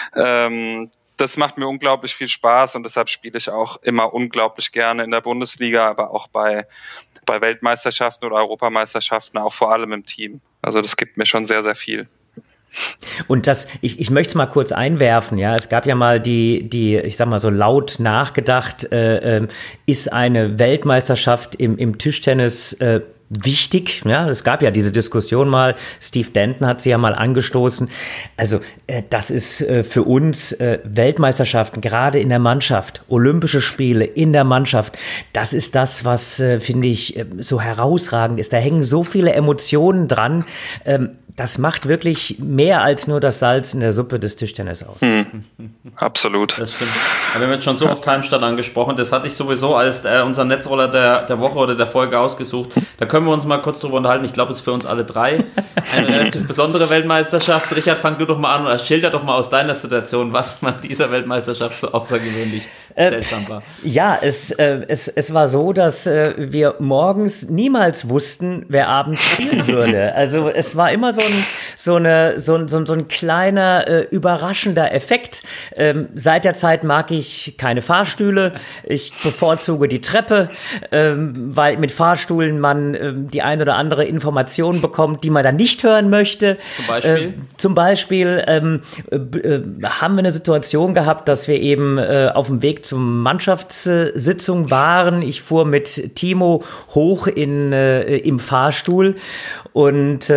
Das macht mir unglaublich viel Spaß und deshalb spiele ich auch immer unglaublich gerne in der Bundesliga, aber auch bei Weltmeisterschaften oder Europameisterschaften, auch vor allem im Team. Also das gibt mir schon sehr, sehr viel. Und ich möchte es mal kurz einwerfen, ja, es gab ja mal ich sag mal so laut nachgedacht, ist eine Weltmeisterschaft im Tischtennis wichtig, ja, es gab ja diese Diskussion mal, Steve Denton hat sie ja mal angestoßen, also das ist für uns Weltmeisterschaften, gerade in der Mannschaft, Olympische Spiele in der Mannschaft, das ist das, was, finde ich, so herausragend ist, da hängen so viele Emotionen dran, das macht wirklich mehr als nur das Salz in der Suppe des Tischtennis aus. Absolut. Das stimmt. Aber wir haben jetzt schon so oft Heimstatt angesprochen. Das hatte ich sowieso als unser Netzroller der Woche oder der Folge ausgesucht. Da können wir uns mal kurz drüber unterhalten. Ich glaube, es ist für uns alle drei eine relativ besondere Weltmeisterschaft. Richard, fang du doch mal an oder schilder doch mal aus deiner Situation, was an dieser Weltmeisterschaft so außergewöhnlich seltsam war. Ja, es war so, dass wir morgens niemals wussten, wer abends spielen würde. Also es war immer so ein kleiner überraschender Effekt. Seit der Zeit mag ich keine Fahrstühle. Ich bevorzuge die Treppe, weil mit Fahrstühlen man die ein oder andere Information bekommt, die man dann nicht hören möchte. Zum Beispiel haben wir eine Situation gehabt, dass wir eben auf dem Weg zur Mannschaftssitzung waren. Ich fuhr mit Timo hoch im Fahrstuhl und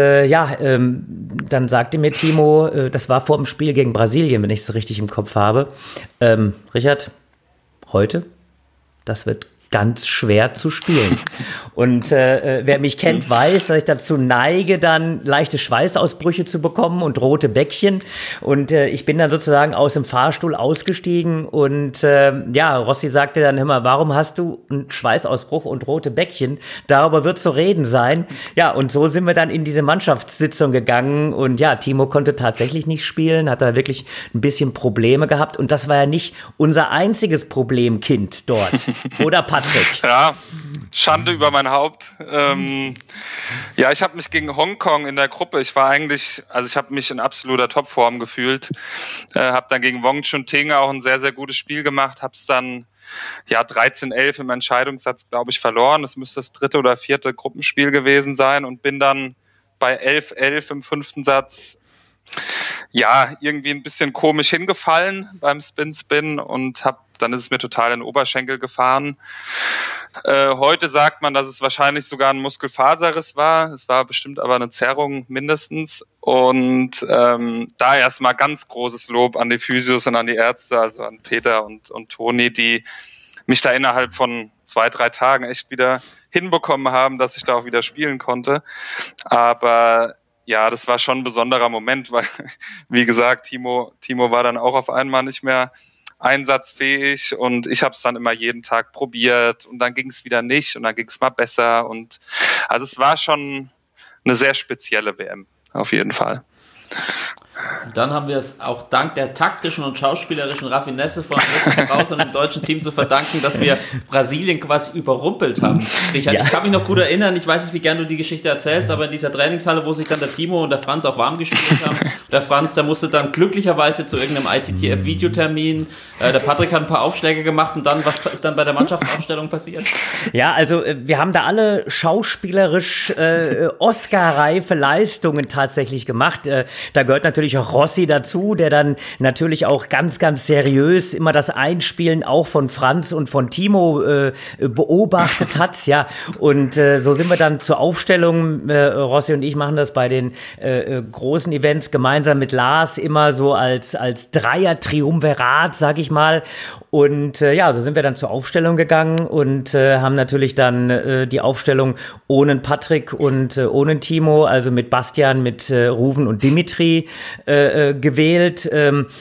dann sagte mir Timo, das war vor dem Spiel gegen Brasilien, wenn ich es richtig im Kopf habe, Richard, heute, das wird ganz schwer zu spielen. Und wer mich kennt, weiß, dass ich dazu neige, dann leichte Schweißausbrüche zu bekommen und rote Bäckchen. Und ich bin dann sozusagen aus dem Fahrstuhl ausgestiegen und Rossi sagte dann immer, warum hast du einen Schweißausbruch und rote Bäckchen? Darüber wird zu reden sein. Ja, und so sind wir dann in diese Mannschaftssitzung gegangen und ja, Timo konnte tatsächlich nicht spielen, hat da wirklich ein bisschen Probleme gehabt und das war ja nicht unser einziges Problemkind dort. Oder Patrick? Ja, Schande über mein Haupt. Ich habe mich gegen Hongkong in der Gruppe, ich habe mich in absoluter Topform gefühlt, habe dann gegen Wong Chun-Ting auch ein sehr, sehr gutes Spiel gemacht, habe es dann 13-11 im Entscheidungssatz, glaube ich, verloren. Das müsste das 3. oder 4. Gruppenspiel gewesen sein und bin dann bei 11-11 im 5. Satz ja, irgendwie ein bisschen komisch hingefallen beim Spin und dann ist es mir total in den Oberschenkel gefahren. Heute sagt man, dass es wahrscheinlich sogar ein Muskelfaserriss war. Es war bestimmt aber eine Zerrung mindestens. Und da erstmal ganz großes Lob an die Physios und an die Ärzte, also an Peter und Toni, die mich da innerhalb von 2-3 Tagen echt wieder hinbekommen haben, dass ich da auch wieder spielen konnte. Aber ja, das war schon ein besonderer Moment, weil, wie gesagt, Timo war dann auch auf einmal nicht mehr einsatzfähig und ich habe es dann immer jeden Tag probiert und dann ging es wieder nicht und dann ging es mal besser und also es war schon eine sehr spezielle WM, auf jeden Fall. Dann haben wir es auch dank der taktischen und schauspielerischen Raffinesse von Richard Krause und dem deutschen Team zu verdanken, dass wir Brasilien quasi überrumpelt haben. Richard, Ich kann mich noch gut erinnern, ich weiß nicht, wie gern du die Geschichte erzählst, aber in dieser Trainingshalle, wo sich dann der Timo und der Franz auch warm gespielt haben, der Franz, der musste dann glücklicherweise zu irgendeinem ITTF-Videotermin, der Patrick hat ein paar Aufschläge gemacht und dann, was ist dann bei der Mannschaftsaufstellung passiert? Ja, also wir haben da alle schauspielerisch Oscar-reife Leistungen tatsächlich gemacht. Da gehört natürlich auch Rossi dazu, der dann natürlich auch ganz, ganz seriös immer das Einspielen auch von Franz und von Timo beobachtet hat. Ja, und so sind wir dann zur Aufstellung. Rossi und ich machen das bei den großen Events gemeinsam mit Lars immer so als Dreier-Triumvirat, sag ich mal. Und ja, so sind wir dann zur Aufstellung gegangen und haben natürlich dann die Aufstellung ohne Patrick und ohne Timo, also mit Bastian, mit Ruven und Dimitri gewählt.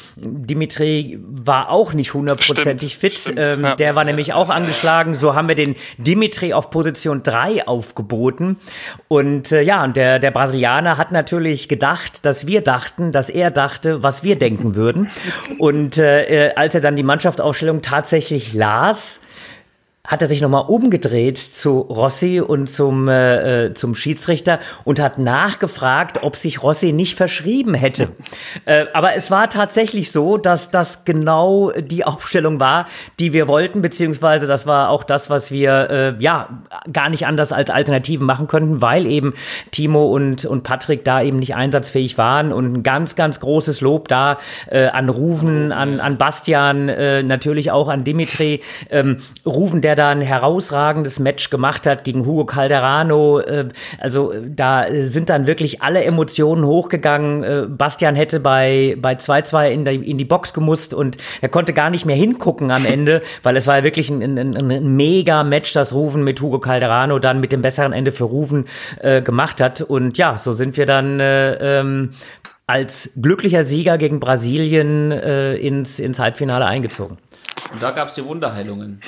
Dimitri war auch nicht 100%ig fit. Ja. Der war nämlich auch angeschlagen. So haben wir den Dimitri auf Position 3 aufgeboten. Und ja, und der Brasilianer hat natürlich gedacht, dass er dachte, was wir denken würden. Und als er dann die Mannschaftsaufstellung tatsächlich las, hat er sich nochmal umgedreht zu Rossi und zum Schiedsrichter und hat nachgefragt, ob sich Rossi nicht verschrieben hätte. Aber es war tatsächlich so, dass das genau die Aufstellung war, die wir wollten, beziehungsweise das war auch das, was wir gar nicht anders als Alternativen machen könnten, weil eben Timo und Patrick da eben nicht einsatzfähig waren und ein ganz, ganz großes Lob da an Ruven, an Bastian, natürlich auch an Dimitri. Ruven, der da ein herausragendes Match gemacht hat gegen Hugo Calderano. Also da sind dann wirklich alle Emotionen hochgegangen. Bastian hätte bei 2-2 in die Box gemusst und er konnte gar nicht mehr hingucken am Ende, weil es war ja wirklich ein mega Match, das Ruven mit Hugo Calderano dann mit dem besseren Ende für Ruven gemacht hat. Und ja, so sind wir dann als glücklicher Sieger gegen Brasilien ins Halbfinale eingezogen. Und da gab es die Wunderheilungen.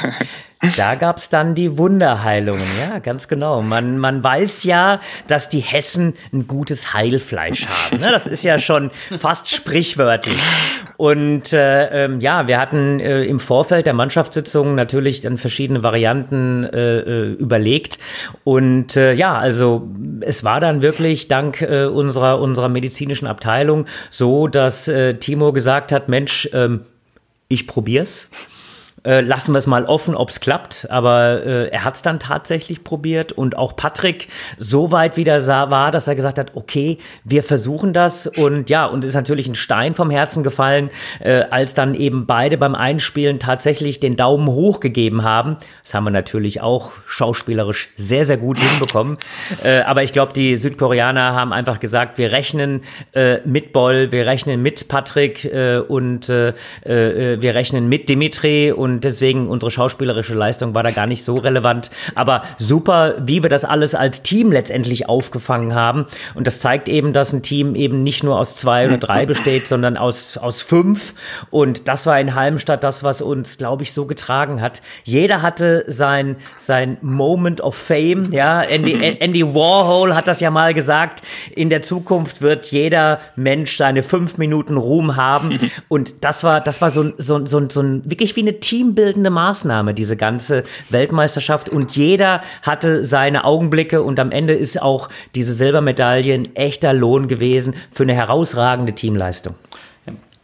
Da gab es dann die Wunderheilungen, ja, ganz genau. Man weiß ja, dass die Hessen ein gutes Heilfleisch haben. Ne? Das ist ja schon fast sprichwörtlich. Und ja, wir hatten im Vorfeld der Mannschaftssitzung natürlich dann verschiedene Varianten überlegt. Und ja, also es war dann wirklich dank unserer medizinischen Abteilung so, dass Timo gesagt hat, Mensch, ich probier's. Lassen wir es mal offen, ob es klappt, aber er hat es dann tatsächlich probiert und auch Patrick so weit wieder war, dass er gesagt hat, okay, wir versuchen das und ja, und es ist natürlich ein Stein vom Herzen gefallen, als dann eben beide beim Einspielen tatsächlich den Daumen hoch gegeben haben. Das haben wir natürlich auch schauspielerisch sehr, sehr gut hinbekommen, aber ich glaube, die Südkoreaner haben einfach gesagt, wir rechnen mit Boll, wir rechnen mit Patrick und wir rechnen mit Dimitri und deswegen unsere schauspielerische Leistung war da gar nicht so relevant. Aber super, wie wir das alles als Team letztendlich aufgefangen haben. Und das zeigt eben, dass ein Team eben nicht nur aus 2 oder 3 besteht, sondern aus 5. Und das war in Halmstad das, was uns, glaube ich, so getragen hat. Jeder hatte sein Moment of Fame. Ja, Andy Warhol hat das ja mal gesagt. In der Zukunft wird jeder Mensch seine 5 Minuten Ruhm haben. Und das war so ein wirklich wie eine teambildende Maßnahme, diese ganze Weltmeisterschaft. Und jeder hatte seine Augenblicke und am Ende ist auch diese Silbermedaille ein echter Lohn gewesen für eine herausragende Teamleistung.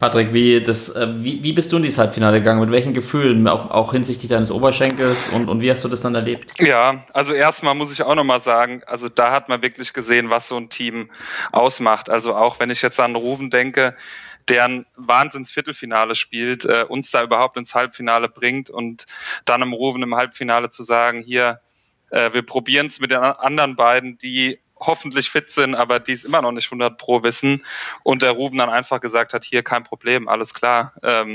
Patrick, wie bist du in dieses Halbfinale gegangen? Mit welchen Gefühlen? Auch hinsichtlich deines Oberschenkels und wie hast du das dann erlebt? Ja, also erstmal muss ich auch nochmal sagen, also da hat man wirklich gesehen, was so ein Team ausmacht. Also auch wenn ich jetzt an Ruven denke, der ein Wahnsinns-Viertelfinale spielt, uns da überhaupt ins Halbfinale bringt und dann im Ruven im Halbfinale zu sagen, hier, wir probieren es mit den anderen beiden, die hoffentlich fit sind, aber die es immer noch nicht 100% wissen, und der Ruben dann einfach gesagt hat, hier, kein Problem, alles klar.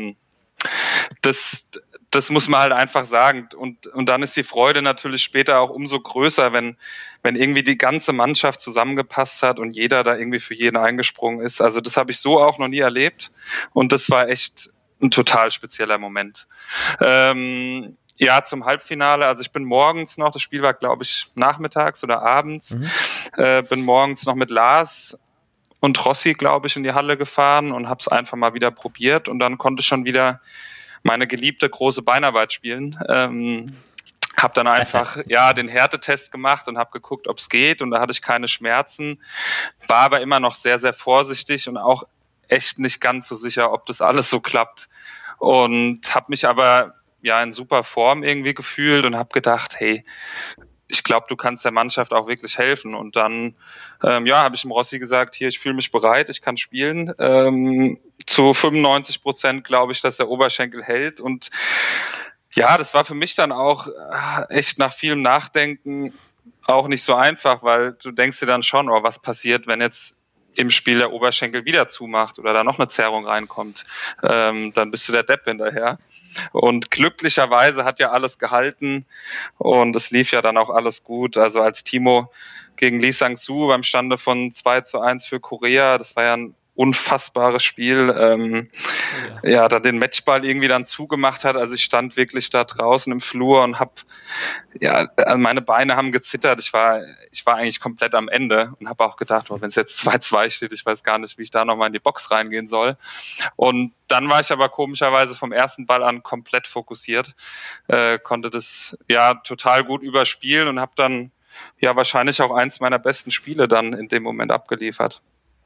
Das muss man halt einfach sagen, und dann ist die Freude natürlich später auch umso größer, wenn irgendwie die ganze Mannschaft zusammengepasst hat und jeder da irgendwie für jeden eingesprungen ist. Also das habe ich so auch noch nie erlebt, und das war echt ein total spezieller Moment. Ja, zum Halbfinale, also ich bin morgens noch, das Spiel war, glaube ich, nachmittags oder abends, bin morgens noch mit Lars und Rossi, glaube ich, in die Halle gefahren und habe es einfach mal wieder probiert, und dann konnte ich schon wieder meine geliebte große Beinarbeit spielen. Habe dann einfach den Härtetest gemacht und habe geguckt, ob es geht, und da hatte ich keine Schmerzen, war aber immer noch sehr, sehr vorsichtig und auch echt nicht ganz so sicher, ob das alles so klappt, und habe mich aber in super Form irgendwie gefühlt und habe gedacht, hey, ich glaube, du kannst der Mannschaft auch wirklich helfen. Und dann habe ich dem Rossi gesagt, hier, ich fühle mich bereit, ich kann spielen. Zu 95% glaube ich, dass der Oberschenkel hält. Und ja, das war für mich dann auch echt nach vielem Nachdenken auch nicht so einfach, weil du denkst dir dann schon, was passiert, wenn jetzt im Spiel der Oberschenkel wieder zumacht oder da noch eine Zerrung reinkommt, dann bist du der Depp hinterher. Und glücklicherweise hat ja alles gehalten und es lief ja dann auch alles gut. Also als Timo gegen Lee Sang-soo beim Stande von 2:1 für Korea, das war ja ein unfassbares Spiel, da den Matchball irgendwie dann zugemacht hat. Also ich stand wirklich da draußen im Flur und meine Beine haben gezittert. Ich war eigentlich komplett am Ende und habe auch gedacht, wenn es jetzt 2:2 steht, ich weiß gar nicht, wie ich da nochmal in die Box reingehen soll. Und dann war ich aber komischerweise vom ersten Ball an komplett fokussiert, konnte das total gut überspielen und habe dann wahrscheinlich auch eins meiner besten Spiele dann in dem Moment abgeliefert.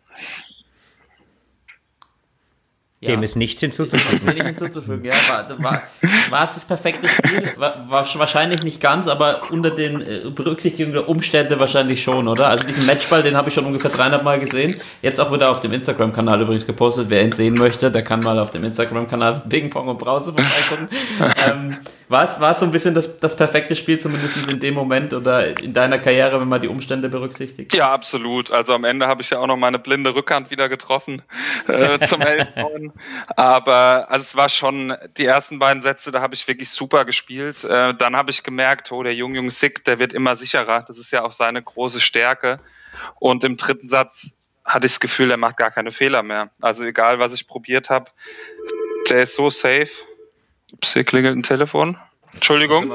Dem ist nichts hinzuzufügen. Wenig hinzuzufügen, ja. War es das perfekte Spiel? War wahrscheinlich nicht ganz, aber unter den Berücksichtigung der Umstände wahrscheinlich schon, oder? Also diesen Matchball, den habe ich schon ungefähr 300 Mal gesehen. Jetzt auch wieder auf dem Instagram-Kanal übrigens gepostet. Wer ihn sehen möchte, der kann mal auf dem Instagram-Kanal Ping Pong und Brause vorbeigucken. War es so ein bisschen das perfekte Spiel, zumindest in dem Moment oder in deiner Karriere, wenn man die Umstände berücksichtigt? Ja, absolut. Also am Ende habe ich ja auch noch meine blinde Rückhand wieder getroffen zum 11. Aber also es war schon, die ersten beiden Sätze, da habe ich wirklich super gespielt. Dann habe ich gemerkt, der Jung Sik, der wird immer sicherer. Das ist ja auch seine große Stärke. Und im dritten Satz hatte ich das Gefühl, er macht gar keine Fehler mehr. Also egal, was ich probiert habe, der ist so safe. Ups, hier klingelt ein Telefon. Entschuldigung.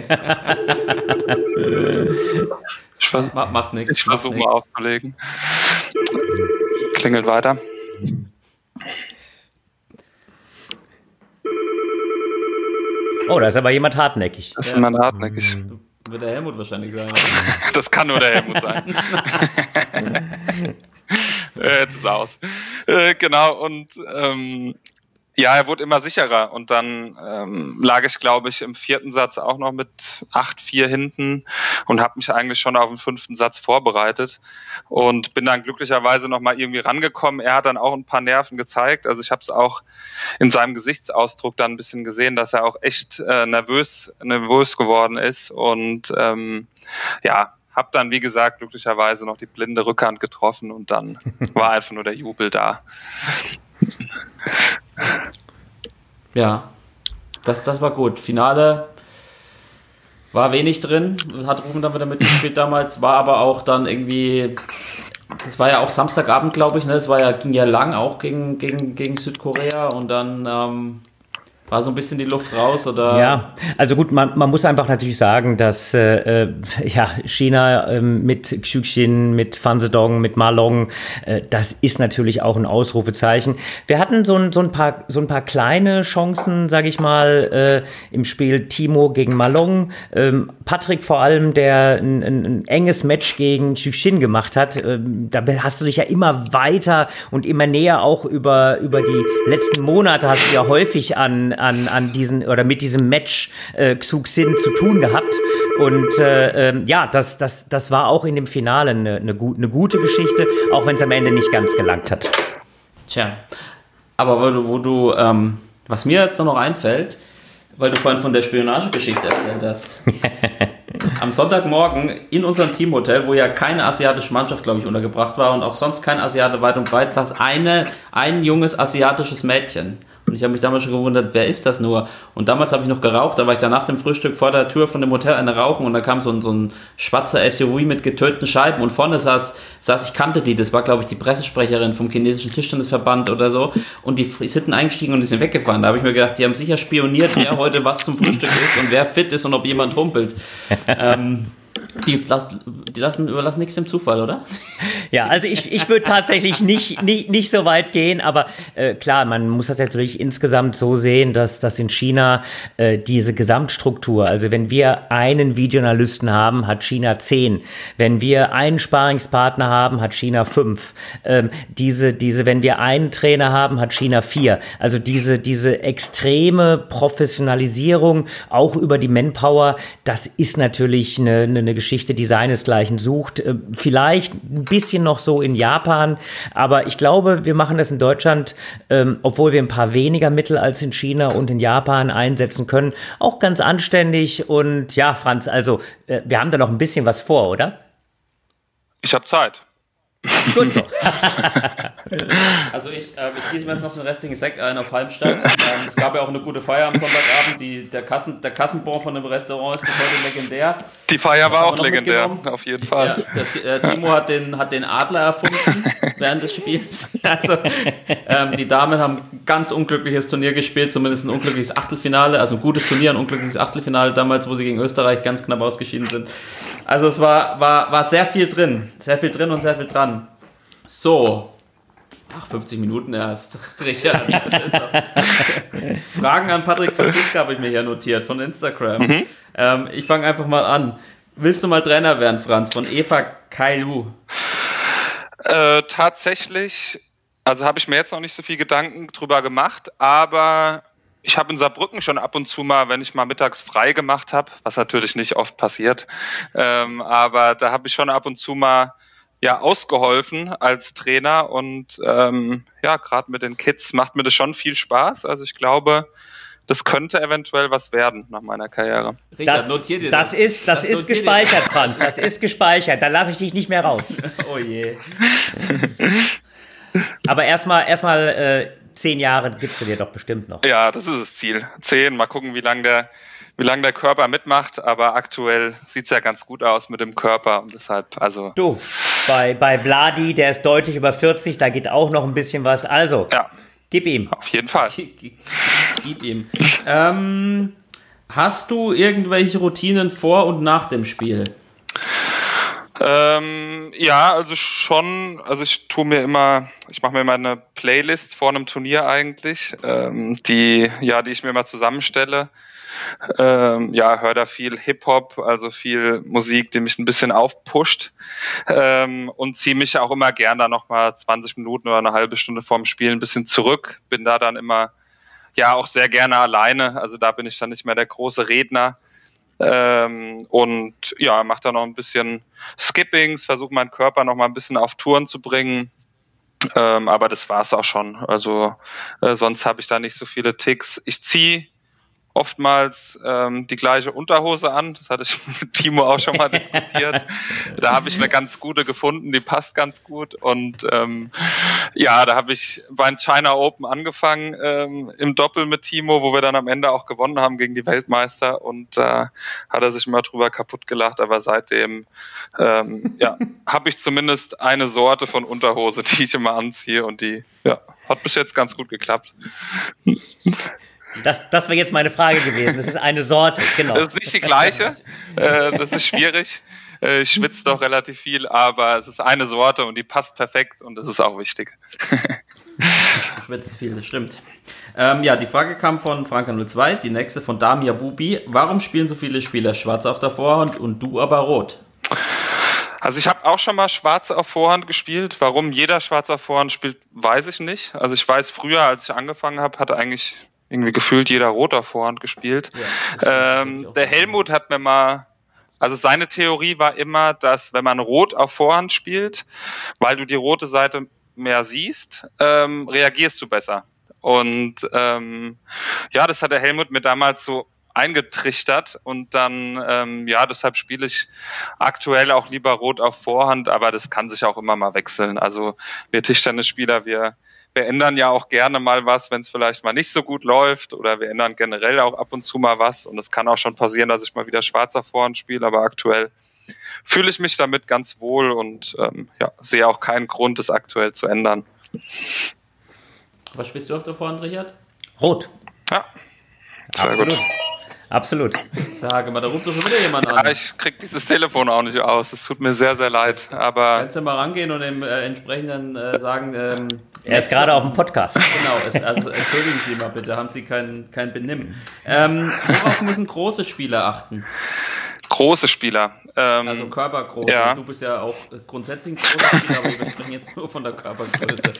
Macht nichts. Ich versuche mal aufzulegen. Klingelt weiter. Oh, da ist aber jemand hartnäckig. Das ist jemand hartnäckig. Wird der Helmut wahrscheinlich sein. Das kann nur der Helmut sein. Jetzt ist aus. Genau, und er wurde immer sicherer. Und dann lag ich, glaube ich, im vierten Satz auch noch mit 8:4 hinten und habe mich eigentlich schon auf den fünften Satz vorbereitet und bin dann glücklicherweise nochmal irgendwie rangekommen. Er hat dann auch ein paar Nerven gezeigt. Also ich habe es auch in seinem Gesichtsausdruck dann ein bisschen gesehen, dass er auch echt nervös geworden ist. Und habe dann, wie gesagt, glücklicherweise noch die blinde Rückhand getroffen und dann war einfach nur der Jubel da. Ja, das war gut. Finale war wenig drin, hat Rufen dann wieder mitgespielt damals, war aber auch dann irgendwie, das war ja auch Samstagabend, glaube ich, ne? Das ging ja lang auch gegen Südkorea und dann War so ein bisschen die Luft raus, oder? Ja, also gut, man muss einfach natürlich sagen, dass China mit Xu, mit Fan Zedong, mit Ma Long, das ist natürlich auch ein Ausrufezeichen. Wir hatten so ein paar kleine Chancen, sage ich mal, im Spiel Timo gegen Ma Long. Patrick vor allem, der ein enges Match gegen Xu gemacht hat. Da hast du dich ja immer weiter und immer näher auch über die letzten Monate hast du ja häufig an diesen oder mit diesem Match Xu-Xin zu tun gehabt. Und das war auch in dem Finale eine gute Geschichte, auch wenn es am Ende nicht ganz gelangt hat. Tja, aber was mir jetzt noch einfällt, weil du vorhin von der Spionagegeschichte erzählt hast. Am Sonntagmorgen in unserem Teamhotel, wo ja keine asiatische Mannschaft, glaube ich, untergebracht war und auch sonst kein Asiate weit und breit, saß ein junges asiatisches Mädchen. Und ich habe mich damals schon gewundert, wer ist das nur? Und damals habe ich noch geraucht, da war ich dann nach dem Frühstück vor der Tür von dem Hotel eine rauchen und da kam so ein schwarzer SUV mit getönten Scheiben und vorne saß, ich kannte die, das war glaube ich die Pressesprecherin vom chinesischen Tischtennisverband oder so und die sind eingestiegen und die sind weggefahren. Da habe ich mir gedacht, die haben sicher spioniert, wer heute was zum Frühstück isst und wer fit ist und ob jemand humpelt. Die überlassen nichts dem Zufall, oder? Ja, also ich würde tatsächlich nicht so weit gehen, aber klar, man muss das natürlich insgesamt so sehen, dass in China diese Gesamtstruktur, also wenn wir einen Videoanalysten haben, hat China 10. Wenn wir einen Sparingspartner haben, hat China 5. Wenn wir einen Trainer haben, hat China 4. Also diese extreme Professionalisierung, auch über die Manpower, das ist natürlich eine Geschichte, die seinesgleichen sucht. Vielleicht ein bisschen noch so in Japan, aber ich glaube, wir machen das in Deutschland, obwohl wir ein paar weniger Mittel als in China und in Japan einsetzen können, auch ganz anständig. Und ja, Franz, also wir haben da noch ein bisschen was vor, oder? Ich habe Zeit. Gut so. Also ich gieße mir jetzt noch den restlichen Sekt ein auf Halmstadt. Es gab ja auch eine gute Feier am Sonntagabend. Der Kassenbon von dem Restaurant ist bis heute legendär. Die Feier war auch legendär, auf jeden Fall. Ja, der Timo hat den Adler erfunden während des Spiels. Also die Damen haben ein ganz unglückliches Turnier gespielt, zumindest ein unglückliches Achtelfinale. Also ein gutes Turnier, ein unglückliches Achtelfinale damals, wo sie gegen Österreich ganz knapp ausgeschieden sind. Also es war sehr viel drin und sehr viel dran. So. 50 Minuten erst. Richard, das ist doch. Fragen an Patrick Franziska habe ich mir hier notiert von Instagram. Ich fange einfach mal an. Willst du mal Trainer werden, Franz, von Eva Kailu? Tatsächlich, also habe ich mir jetzt noch nicht so viel Gedanken drüber gemacht, aber ich habe in Saarbrücken schon ab und zu mal, wenn ich mal mittags frei gemacht habe, was natürlich nicht oft passiert, aber da habe ich schon ab und zu mal ausgeholfen als Trainer und gerade mit den Kids macht mir das schon viel Spaß. Also ich glaube, das könnte eventuell was werden nach meiner Karriere. Richard, notier dir das. Das ist gespeichert, Franz. Das ist gespeichert. Da lasse ich dich nicht mehr raus. Oh je. Aber erstmal 10 Jahre gibst du dir doch bestimmt noch. Ja, das ist das Ziel. 10, mal gucken, wie lange der Körper mitmacht, aber aktuell sieht es ja ganz gut aus mit dem Körper und deshalb, also... Du, bei Vladi, der ist deutlich über 40, da geht auch noch ein bisschen was, also, gib ihm. Auf jeden Fall. Gib ihm. Hast du irgendwelche Routinen vor und nach dem Spiel? Also schon, also ich mache mir immer eine Playlist vor einem Turnier eigentlich, die ich mir mal zusammenstelle. Höre da viel Hip-Hop, also viel Musik, die mich ein bisschen aufpusht, und ziehe mich auch immer gern da nochmal 20 Minuten oder eine halbe Stunde vorm Spiel ein bisschen zurück. Bin da dann immer, auch sehr gerne alleine, also da bin ich dann nicht mehr der große Redner. Mache da noch ein bisschen Skippings, versuche meinen Körper noch mal ein bisschen auf Touren zu bringen, aber das war's auch schon. Also sonst habe ich da nicht so viele Ticks. Ich ziehe oftmals die gleiche Unterhose an, das hatte ich mit Timo auch schon mal diskutiert. Da habe ich eine ganz gute gefunden, die passt ganz gut und da habe ich beim China Open angefangen im Doppel mit Timo, wo wir dann am Ende auch gewonnen haben gegen die Weltmeister und hat er sich immer drüber kaputt gelacht, aber seitdem habe ich zumindest eine Sorte von Unterhose, die ich immer anziehe und die hat bis jetzt ganz gut geklappt. Das wäre jetzt meine Frage gewesen. Das ist eine Sorte, genau. Das ist nicht die gleiche. Das ist schwierig. Ich schwitze doch relativ viel, aber es ist eine Sorte und die passt perfekt und das ist auch wichtig. Du schwitzt viel, das stimmt. Die Frage kam von Franka02, die nächste von Damia Bubi. Warum spielen so viele Spieler schwarz auf der Vorhand und du aber rot? Also ich habe auch schon mal schwarz auf Vorhand gespielt. Warum jeder schwarz auf Vorhand spielt, weiß ich nicht. Also ich weiß, früher, als ich angefangen habe, hatte eigentlich irgendwie gefühlt jeder rot auf Vorhand gespielt. Ja, der Helmut hat mir mal... Also seine Theorie war immer, dass wenn man rot auf Vorhand spielt, weil du die rote Seite mehr siehst, reagierst du besser. Und das hat der Helmut mir damals so eingetrichtert und dann, deshalb spiele ich aktuell auch lieber rot auf Vorhand, aber das kann sich auch immer mal wechseln. Also wir Tischtennisspieler, wir ändern ja auch gerne mal was, wenn es vielleicht mal nicht so gut läuft oder wir ändern generell auch ab und zu mal was und es kann auch schon passieren, dass ich mal wieder schwarz auf Vorhand spiele, aber aktuell fühle ich mich damit ganz wohl und sehe auch keinen Grund, es aktuell zu ändern. Was spielst du auf der Vorhand, Richard? Rot. Ja, sehr Absolut. gut. Absolut. Sage mal, da ruft doch schon wieder jemand an. Ja, ich krieg dieses Telefon auch nicht aus. Es tut mir sehr, sehr leid. Aber kannst du mal rangehen und dem entsprechenden sagen... er ist gerade auf dem Podcast. Genau, also entschuldigen Sie mal bitte, haben Sie kein Benimm. Worauf müssen große Spieler achten? Große Spieler. Also körpergroße. Ja. Du bist ja auch grundsätzlich ein großer Spieler, aber wir sprechen jetzt nur von der Körpergröße.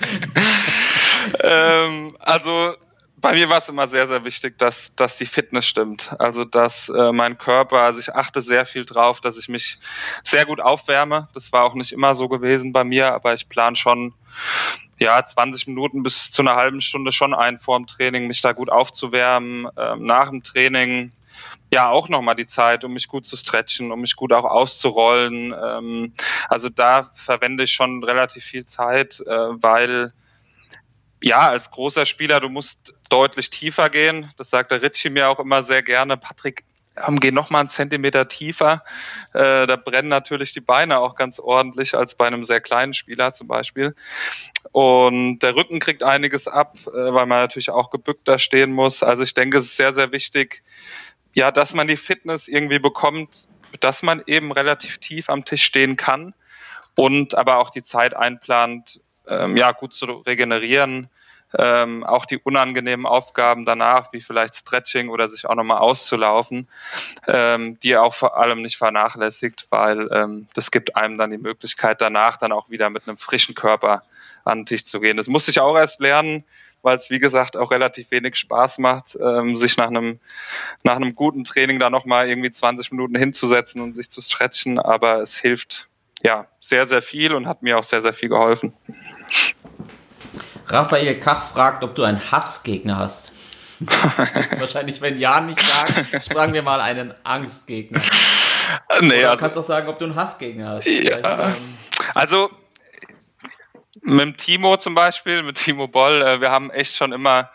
Also bei mir war es immer sehr, sehr wichtig, dass die Fitness stimmt. Also dass mein Körper, also ich achte sehr viel drauf, dass ich mich sehr gut aufwärme. Das war auch nicht immer so gewesen bei mir, aber ich plane schon 20 Minuten bis zu einer halben Stunde schon ein vor dem Training, mich da gut aufzuwärmen. Nach dem Training auch nochmal die Zeit, um mich gut zu stretchen, um mich gut auch auszurollen. Also da verwende ich schon relativ viel Zeit, weil als großer Spieler, du musst deutlich tiefer gehen. Das sagt der Ritchie mir auch immer sehr gerne. Patrick, geh noch mal einen Zentimeter tiefer. Da brennen natürlich die Beine auch ganz ordentlich als bei einem sehr kleinen Spieler zum Beispiel. Und der Rücken kriegt einiges ab, weil man natürlich auch gebückter stehen muss. Also ich denke, es ist sehr, sehr wichtig, dass man die Fitness irgendwie bekommt, dass man eben relativ tief am Tisch stehen kann und aber auch die Zeit einplant, gut zu regenerieren, auch die unangenehmen Aufgaben danach, wie vielleicht Stretching oder sich auch nochmal auszulaufen, die auch vor allem nicht vernachlässigt, weil das gibt einem dann die Möglichkeit, danach dann auch wieder mit einem frischen Körper an den Tisch zu gehen. Das musste ich auch erst lernen, weil es, wie gesagt, auch relativ wenig Spaß macht, sich nach einem guten Training da nochmal irgendwie 20 Minuten hinzusetzen und sich zu stretchen, aber es hilft sehr, sehr viel und hat mir auch sehr, sehr viel geholfen. Raphael Kach fragt, ob du einen Hassgegner hast. Das wirst du wahrscheinlich, wenn ja, nicht sagen. Fragen wir mal einen Angstgegner. Nee, du kannst auch sagen, ob du einen Hassgegner hast. Ja, also mit dem Timo zum Beispiel, mit Timo Boll, wir haben echt schon immer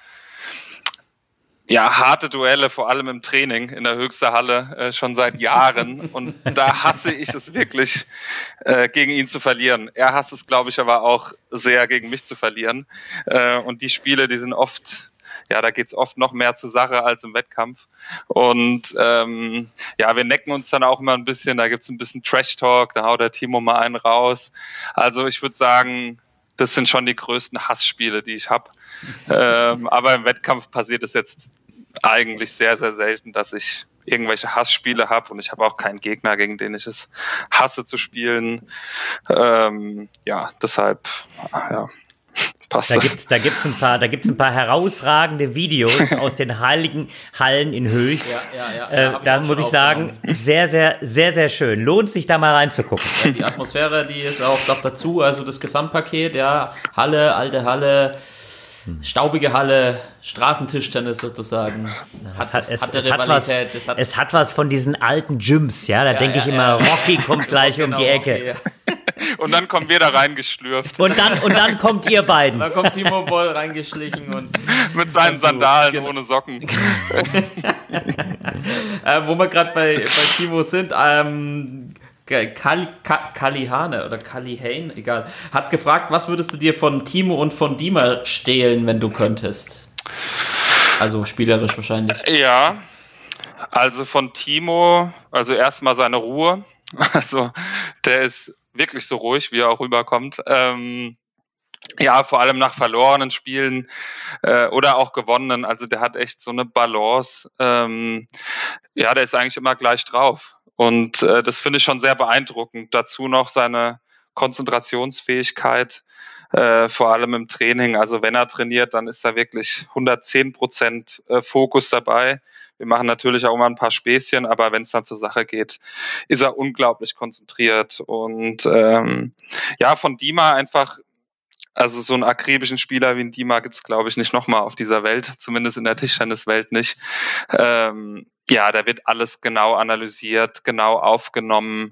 harte Duelle, vor allem im Training in der Höchster Halle, schon seit Jahren. Und da hasse ich es wirklich, gegen ihn zu verlieren. Er hasst es, glaube ich, aber auch sehr, gegen mich zu verlieren. Und die Spiele, die sind oft, da geht's oft noch mehr zur Sache als im Wettkampf. Und wir necken uns dann auch immer ein bisschen, da gibt's ein bisschen Trash-Talk, da haut der Timo mal einen raus. Also ich würde sagen, das sind schon die größten Hassspiele, die ich habe. Aber im Wettkampf passiert es jetzt eigentlich sehr, sehr selten, dass ich irgendwelche Hassspiele habe und ich habe auch keinen Gegner, gegen den ich es hasse zu spielen. Deshalb, passt das. Da gibt's ein paar herausragende Videos aus den heiligen Hallen in Höchst. Da muss ich sagen, sehr, sehr, sehr, sehr schön. Lohnt sich da mal reinzugucken. Ja, die Atmosphäre, die ist auch noch dazu, also das Gesamtpaket, Halle, alte Halle, staubige Halle, Straßentischtennis sozusagen. Es hat was von diesen alten Gyms, da denke ich immer, Rocky kommt gleich um die Ecke. Rocky, Und dann kommen wir da reingeschlürft. Und dann kommt ihr beiden. Dann kommt Timo Boll reingeschlichen und mit seinen Sandalen ohne Socken. Wo wir gerade bei Timo sind, Kalihane oder Kalihane, egal, hat gefragt, was würdest du dir von Timo und von Dima stehlen, wenn du könntest? Also spielerisch wahrscheinlich. Ja, also von Timo, also erstmal seine Ruhe. Also der ist wirklich so ruhig, wie er auch rüberkommt. Ja, vor allem nach verlorenen Spielen oder auch gewonnenen. Also der hat echt so eine Balance. Ja, der ist eigentlich immer gleich drauf. Und das finde ich schon sehr beeindruckend. Dazu noch seine Konzentrationsfähigkeit, vor allem im Training. Also wenn er trainiert, dann ist da wirklich 110% Fokus dabei. Wir machen natürlich auch immer ein paar Späßchen, aber wenn es dann zur Sache geht, ist er unglaublich konzentriert. Und ja, von Dima einfach, also so einen akribischen Spieler wie ein Dima gibt's, glaube ich, nicht nochmal auf dieser Welt, zumindest in der Tischtenniswelt nicht. Ja, da wird alles genau analysiert, genau aufgenommen,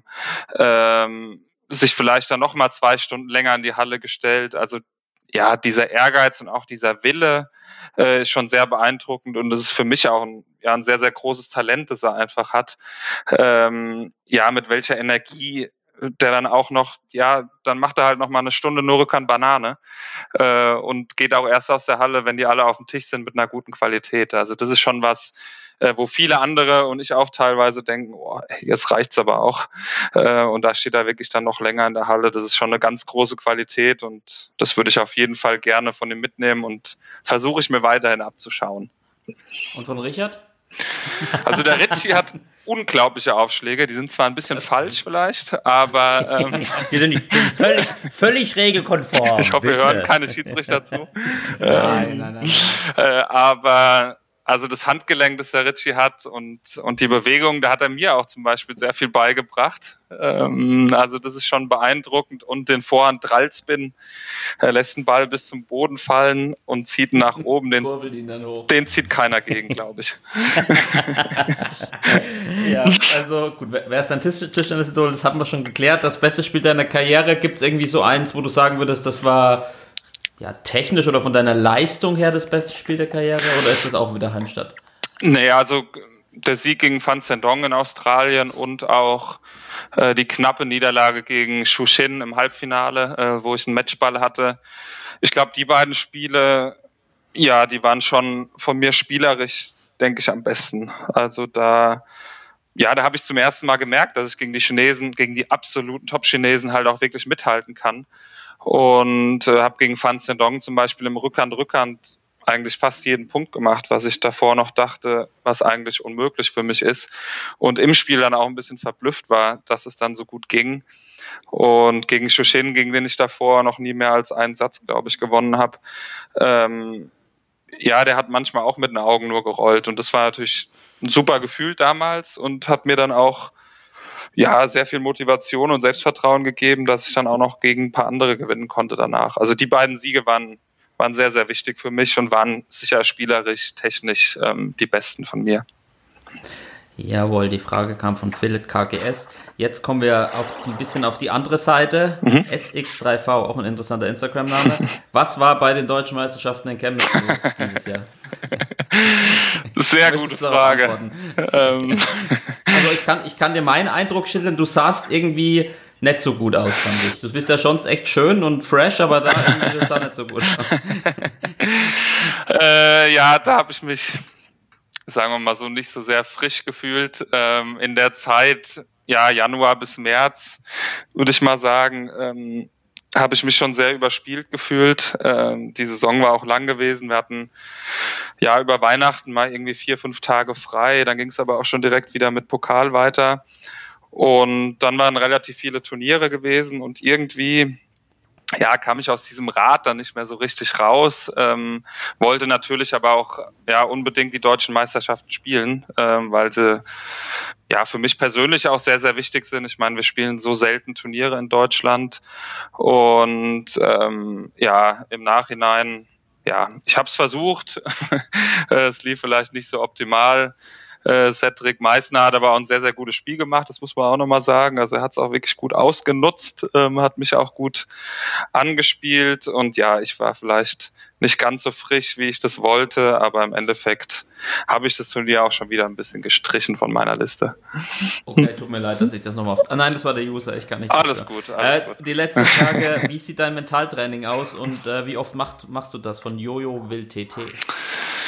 sich vielleicht dann nochmal 2 Stunden länger in die Halle gestellt. Also ja, dieser Ehrgeiz und auch dieser Wille ist schon sehr beeindruckend und das ist für mich auch ein sehr, sehr großes Talent, das er einfach hat. Ja, mit welcher Energie der dann auch noch, ja, dann macht er halt noch mal eine Stunde nur Rückhand Banane und geht auch erst aus der Halle, wenn die alle auf dem Tisch sind mit einer guten Qualität. Also das ist schon was, wo viele andere und ich auch teilweise denken, oh, jetzt reicht's aber auch. Und da steht er wirklich dann noch länger in der Halle. Das ist schon eine ganz große Qualität und das würde ich auf jeden Fall gerne von ihm mitnehmen und versuche ich mir weiterhin abzuschauen. Und von Richard? Also der Ricci hat unglaubliche Aufschläge, die sind zwar ein bisschen falsch vielleicht, aber die sind völlig regelkonform. Ich hoffe, wir hören keine Schiedsrichter zu. Nein. Aber also das Handgelenk, das der Ricci hat und die Bewegung, da hat er mir auch zum Beispiel sehr viel beigebracht. Also das ist schon beeindruckend und den Vorhand-Drallspin, er lässt den Ball bis zum Boden fallen und zieht ihn nach oben. Den zieht keiner gegen, glaube ich. Ja, also gut, wer ist dein Tischtennis-Idol? Das haben wir schon geklärt. Das beste Spiel deiner Karriere, gibt es irgendwie so eins, wo du sagen würdest, das war ja technisch oder von deiner Leistung her das beste Spiel der Karriere oder ist das auch wieder Heimstatt? Nee, also der Sieg gegen Van Zendong in Australien und auch die knappe Niederlage gegen Shushin im Halbfinale, wo ich einen Matchball hatte. Ich glaube, die beiden Spiele, ja, die waren schon von mir spielerisch, denke ich, am besten. Also da habe ich zum ersten Mal gemerkt, dass ich gegen die Chinesen, gegen die absoluten Top-Chinesen halt auch wirklich mithalten kann. Und habe gegen Van Zendong zum Beispiel im Rückhand eigentlich fast jeden Punkt gemacht, was ich davor noch dachte, was eigentlich unmöglich für mich ist. Und im Spiel dann auch ein bisschen verblüfft war, dass es dann so gut ging. Und gegen Shushin, gegen den ich davor noch nie mehr als einen Satz, glaube ich, gewonnen habe, ja, der hat manchmal auch mit den Augen nur gerollt. Und das war natürlich ein super Gefühl damals und hat mir dann auch sehr viel Motivation und Selbstvertrauen gegeben, dass ich dann auch noch gegen ein paar andere gewinnen konnte danach. Also die beiden Siege waren sehr, sehr wichtig für mich und waren sicher spielerisch, technisch die besten von mir. Jawohl, die Frage kam von Philipp KGS. Jetzt kommen wir ein bisschen auf die andere Seite. SX3V, auch ein interessanter Instagram-Name. Was war bei den deutschen Meisterschaften in Chemnitz los dieses Jahr? Sehr gute Frage. Also ich kann dir meinen Eindruck schildern, du sahst irgendwie nicht so gut aus, fand ich. Du bist ja schon echt schön und fresh, aber da irgendwie sah nicht so gut aus. Ja, da habe ich mich, sagen wir mal so, nicht so sehr frisch gefühlt. In der Zeit, Januar bis März, würde ich mal sagen, habe ich mich schon sehr überspielt gefühlt. Die Saison war auch lang gewesen. Wir hatten über Weihnachten mal irgendwie 4-5 Tage frei. Dann ging es aber auch schon direkt wieder mit Pokal weiter. Und dann waren relativ viele Turniere gewesen und irgendwie kam ich aus diesem Rad dann nicht mehr so richtig raus, wollte natürlich aber auch unbedingt die deutschen Meisterschaften spielen, weil sie für mich persönlich auch sehr, sehr wichtig sind. Ich meine, wir spielen so selten Turniere in Deutschland und im Nachhinein, ich habe es versucht, es lief vielleicht nicht so optimal. Cedric Meissner hat aber auch ein sehr, sehr gutes Spiel gemacht, das muss man auch nochmal sagen. Also er hat es auch wirklich gut ausgenutzt, hat mich auch gut angespielt und ich war vielleicht nicht ganz so frisch, wie ich das wollte, aber im Endeffekt habe ich das Turnier auch schon wieder ein bisschen gestrichen von meiner Liste. Okay, tut mir leid, dass ich das nochmal nein, das war der User, ich kann nicht. Alles gut. Die letzte Frage, wie sieht dein Mentaltraining aus und wie oft machst du das von Jojo Wild TT?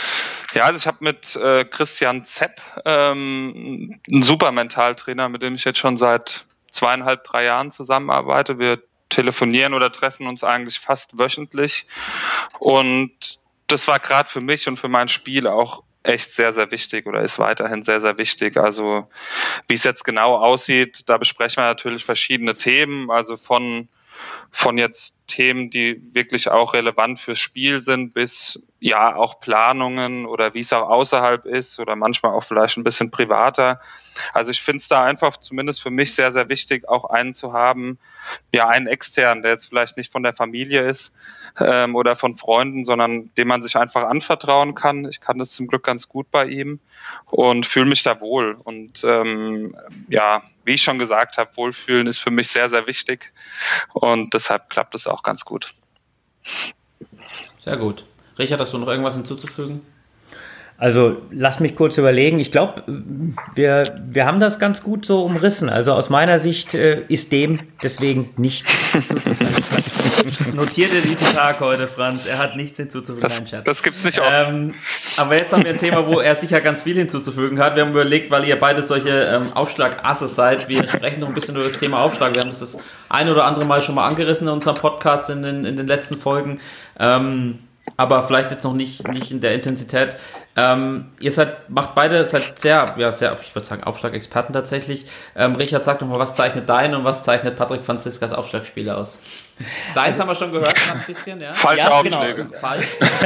Ja, also ich habe mit Christian Zepp einen super Mentaltrainer, mit dem ich jetzt schon seit 2,5, 3 Jahren zusammenarbeite. Wir telefonieren oder treffen uns eigentlich fast wöchentlich. Und das war gerade für mich und für mein Spiel auch echt sehr, sehr wichtig oder ist weiterhin sehr, sehr wichtig. Also wie es jetzt genau aussieht, da besprechen wir natürlich verschiedene Themen, also von jetzt Themen, die wirklich auch relevant fürs Spiel sind, bis ja auch Planungen oder wie es auch außerhalb ist oder manchmal auch vielleicht ein bisschen privater. Also ich finde es da einfach zumindest für mich sehr, sehr wichtig, auch einen zu haben, ja einen externen, der jetzt vielleicht nicht von der Familie ist oder von Freunden, sondern dem man sich einfach anvertrauen kann. Ich kann das zum Glück ganz gut bei ihm und fühle mich da wohl. Und ja, wie ich schon gesagt habe, Wohlfühlen ist für mich sehr, sehr wichtig und deshalb klappt es auch ganz gut. Sehr gut. Richard, hast du noch irgendwas hinzuzufügen? Also lass mich kurz überlegen. Ich glaube, wir haben das ganz gut so umrissen. Also aus meiner Sicht ist dem deswegen nichts hinzuzufügen. Notiert ihr diesen Tag heute, Franz? Er hat nichts hinzuzufügen. Das gibt's nicht oft. Aber jetzt haben wir ein Thema, wo er sicher ganz viel hinzuzufügen hat. Wir haben überlegt, weil ihr beide solche Aufschlag-Asses seid, wir sprechen noch ein bisschen über das Thema Aufschlag. Wir haben das ein oder andere Mal schon mal angerissen in unserem Podcast in den letzten Folgen. Aber vielleicht jetzt noch nicht in der Intensität. Ihr seid sehr, ich würde sagen, Aufschlagexperten tatsächlich. Richard, sag doch mal, was zeichnet dein und was zeichnet Patrick Franziskas Aufschlagspiel aus? Deins haben wir schon gehört, ein bisschen, ja? Falsche Aufschläge. Genau. Falsch.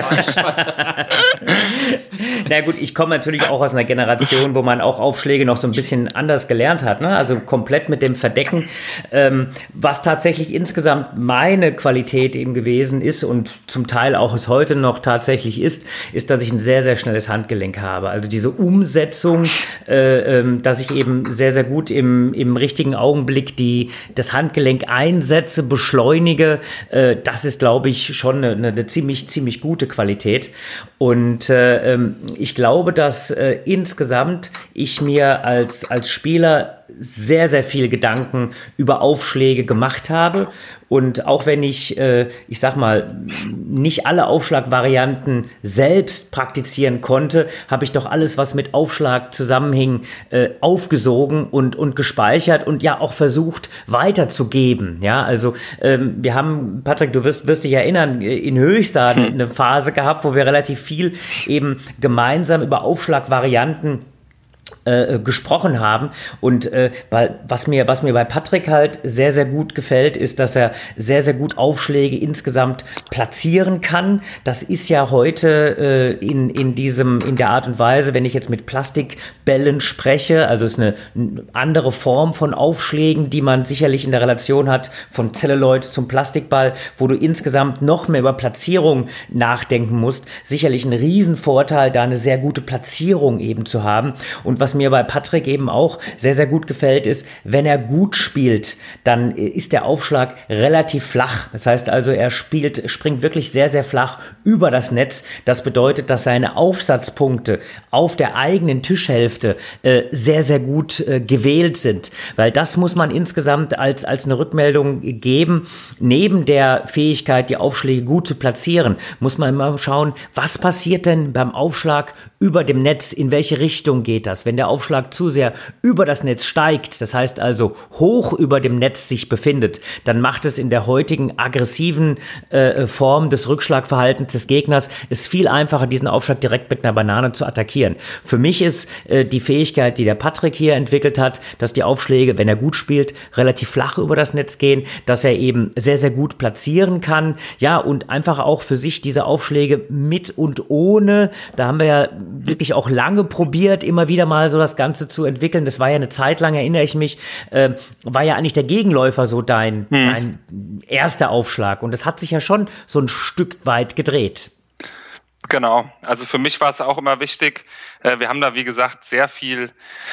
Na gut, ich komme natürlich auch aus einer Generation, wo man auch Aufschläge noch so ein bisschen anders gelernt hat, ne? Also komplett mit dem Verdecken. Was tatsächlich insgesamt meine Qualität eben gewesen ist und zum Teil auch es heute noch tatsächlich ist, dass ich ein sehr, sehr schnelles Handgelenk habe. Also diese Umsetzung, dass ich eben sehr, sehr gut im richtigen Augenblick das Handgelenk einsetze, beschleunige, das ist, glaube ich, schon eine ziemlich, ziemlich gute Qualität. Und ich glaube, dass insgesamt ich mir als Spieler sehr, sehr viel Gedanken über Aufschläge gemacht habe. Und auch wenn ich sag mal, nicht alle Aufschlagvarianten selbst praktizieren konnte, habe ich doch alles, was mit Aufschlag zusammenhing, aufgesogen und gespeichert und ja auch versucht weiterzugeben. Ja, also wir haben, Patrick, du wirst dich erinnern, in Höchster eine Phase gehabt, wo wir relativ viel eben gemeinsam über Aufschlagvarianten gesprochen haben und weil was mir bei Patrick halt sehr, sehr gut gefällt, ist, dass er sehr, sehr gut Aufschläge insgesamt platzieren kann. Das ist ja heute in der Art und Weise, wenn ich jetzt mit Plastikbällen spreche, also ist eine andere Form von Aufschlägen, die man sicherlich in der Relation hat von Celluloid zum Plastikball, wo du insgesamt noch mehr über Platzierung nachdenken musst. Sicherlich ein Riesenvorteil, da eine sehr gute Platzierung eben zu haben. Und was mir bei Patrick eben auch sehr, sehr gut gefällt, ist, wenn er gut spielt, dann ist der Aufschlag relativ flach. Das heißt also, er springt wirklich sehr, sehr flach über das Netz. Das bedeutet, dass seine Aufsatzpunkte auf der eigenen Tischhälfte sehr, sehr gut gewählt sind. Weil das muss man insgesamt als eine Rückmeldung geben. Neben der Fähigkeit, die Aufschläge gut zu platzieren, muss man immer schauen, was passiert denn beim Aufschlag über dem Netz? In welche Richtung geht das? Wenn der Aufschlag zu sehr über das Netz steigt, das heißt also hoch über dem Netz sich befindet, dann macht es in der heutigen aggressiven Form des Rückschlagverhaltens des Gegners es viel einfacher, diesen Aufschlag direkt mit einer Banane zu attackieren. Für mich ist die Fähigkeit, die der Patrick hier entwickelt hat, dass die Aufschläge, wenn er gut spielt, relativ flach über das Netz gehen, dass er eben sehr, sehr gut platzieren kann, ja, und einfach auch für sich diese Aufschläge mit und ohne, da haben wir ja wirklich auch lange probiert, immer wieder mal so das Ganze zu entwickeln. Das war ja eine Zeit lang, erinnere ich mich, war ja eigentlich der Gegenläufer so dein erster Aufschlag. Und das hat sich ja schon so ein Stück weit gedreht. Genau. Also für mich war es auch immer wichtig. Wir haben da, wie gesagt, sehr viel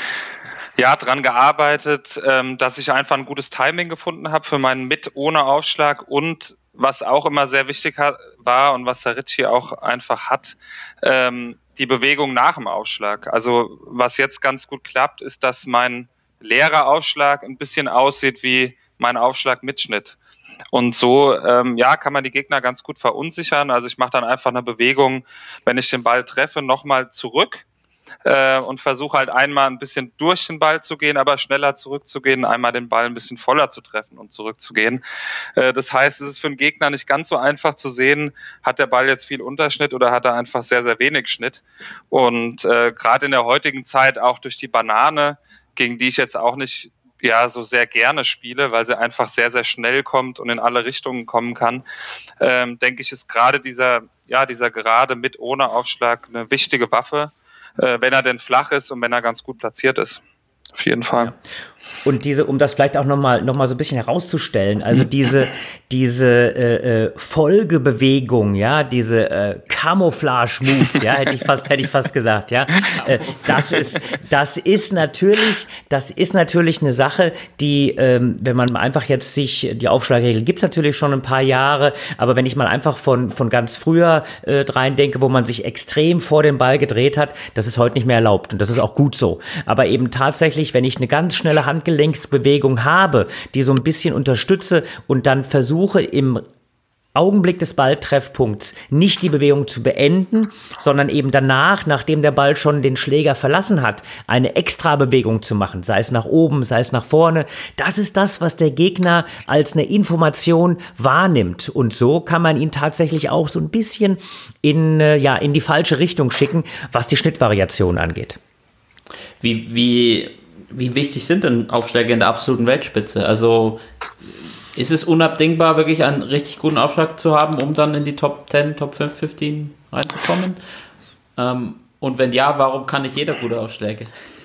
dran gearbeitet, dass ich einfach ein gutes Timing gefunden habe für meinen Mit-ohne Aufschlag und was auch immer sehr wichtig war und was der Richie auch einfach hat, die Bewegung nach dem Aufschlag. Also was jetzt ganz gut klappt, ist, dass mein leerer Aufschlag ein bisschen aussieht wie mein Aufschlag-Mitschnitt. Und so kann man die Gegner ganz gut verunsichern. Also ich mache dann einfach eine Bewegung, wenn ich den Ball treffe, nochmal zurück und versuche halt einmal ein bisschen durch den Ball zu gehen, aber schneller zurückzugehen, einmal den Ball ein bisschen voller zu treffen und zurückzugehen. Das heißt, es ist für einen Gegner nicht ganz so einfach zu sehen, hat der Ball jetzt viel Unterschnitt oder hat er einfach sehr, sehr wenig Schnitt. Und gerade in der heutigen Zeit auch durch die Banane, gegen die ich jetzt auch nicht so sehr gerne spiele, weil sie einfach sehr, sehr schnell kommt und in alle Richtungen kommen kann, denke ich, ist gerade dieser Gerade mit ohne Aufschlag eine wichtige Waffe, wenn er denn flach ist und wenn er ganz gut platziert ist. Auf jeden Fall. Ja. Und um das vielleicht auch noch mal so ein bisschen herauszustellen, also diese Folgebewegung, ja, diese Camouflage-Move, ja, hätte ich fast gesagt, ja, das ist natürlich eine Sache, die, wenn man einfach jetzt die Aufschlagregel gibt's natürlich schon ein paar Jahre, aber wenn ich mal einfach von ganz früher rein denke, wo man sich extrem vor den Ball gedreht hat, das ist heute nicht mehr erlaubt und das ist auch gut so. Aber eben tatsächlich, wenn ich eine ganz schnelle Handgelenksbewegung habe, die so ein bisschen unterstütze und dann versuche im Augenblick des Balltreffpunkts nicht die Bewegung zu beenden, sondern eben danach, nachdem der Ball schon den Schläger verlassen hat, eine Extra-Bewegung zu machen, sei es nach oben, sei es nach vorne. Das ist das, was der Gegner als eine Information wahrnimmt. Und so kann man ihn tatsächlich auch so ein bisschen in die falsche Richtung schicken, was die Schnittvariation angeht. Wie wichtig sind denn Aufschläge in der absoluten Weltspitze? Also ist es unabdingbar, wirklich einen richtig guten Aufschlag zu haben, um dann in die Top 10, Top 5, 15 reinzukommen? Und wenn ja, warum kann nicht jeder gute Aufschläge?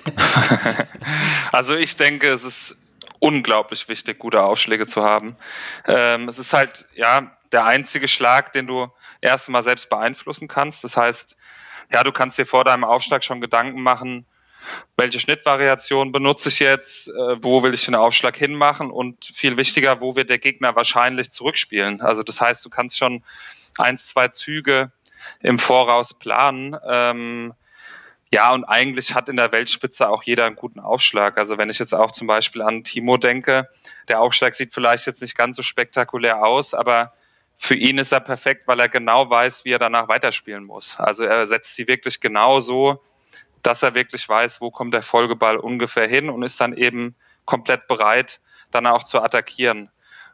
Also ich denke, es ist unglaublich wichtig, gute Aufschläge zu haben. Es ist halt der einzige Schlag, den du erstmal selbst beeinflussen kannst. Das heißt, du kannst dir vor deinem Aufschlag schon Gedanken machen, welche Schnittvariation benutze ich jetzt, wo will ich den Aufschlag hinmachen und viel wichtiger, wo wird der Gegner wahrscheinlich zurückspielen. Also das heißt, du kannst schon 1, 2 Züge im Voraus planen. Und eigentlich hat in der Weltspitze auch jeder einen guten Aufschlag. Also wenn ich jetzt auch zum Beispiel an Timo denke, der Aufschlag sieht vielleicht jetzt nicht ganz so spektakulär aus, aber für ihn ist er perfekt, weil er genau weiß, wie er danach weiterspielen muss. Also er setzt sie wirklich genau so, dass er wirklich weiß, wo kommt der Folgeball ungefähr hin und ist dann eben komplett bereit, dann auch zu attackieren.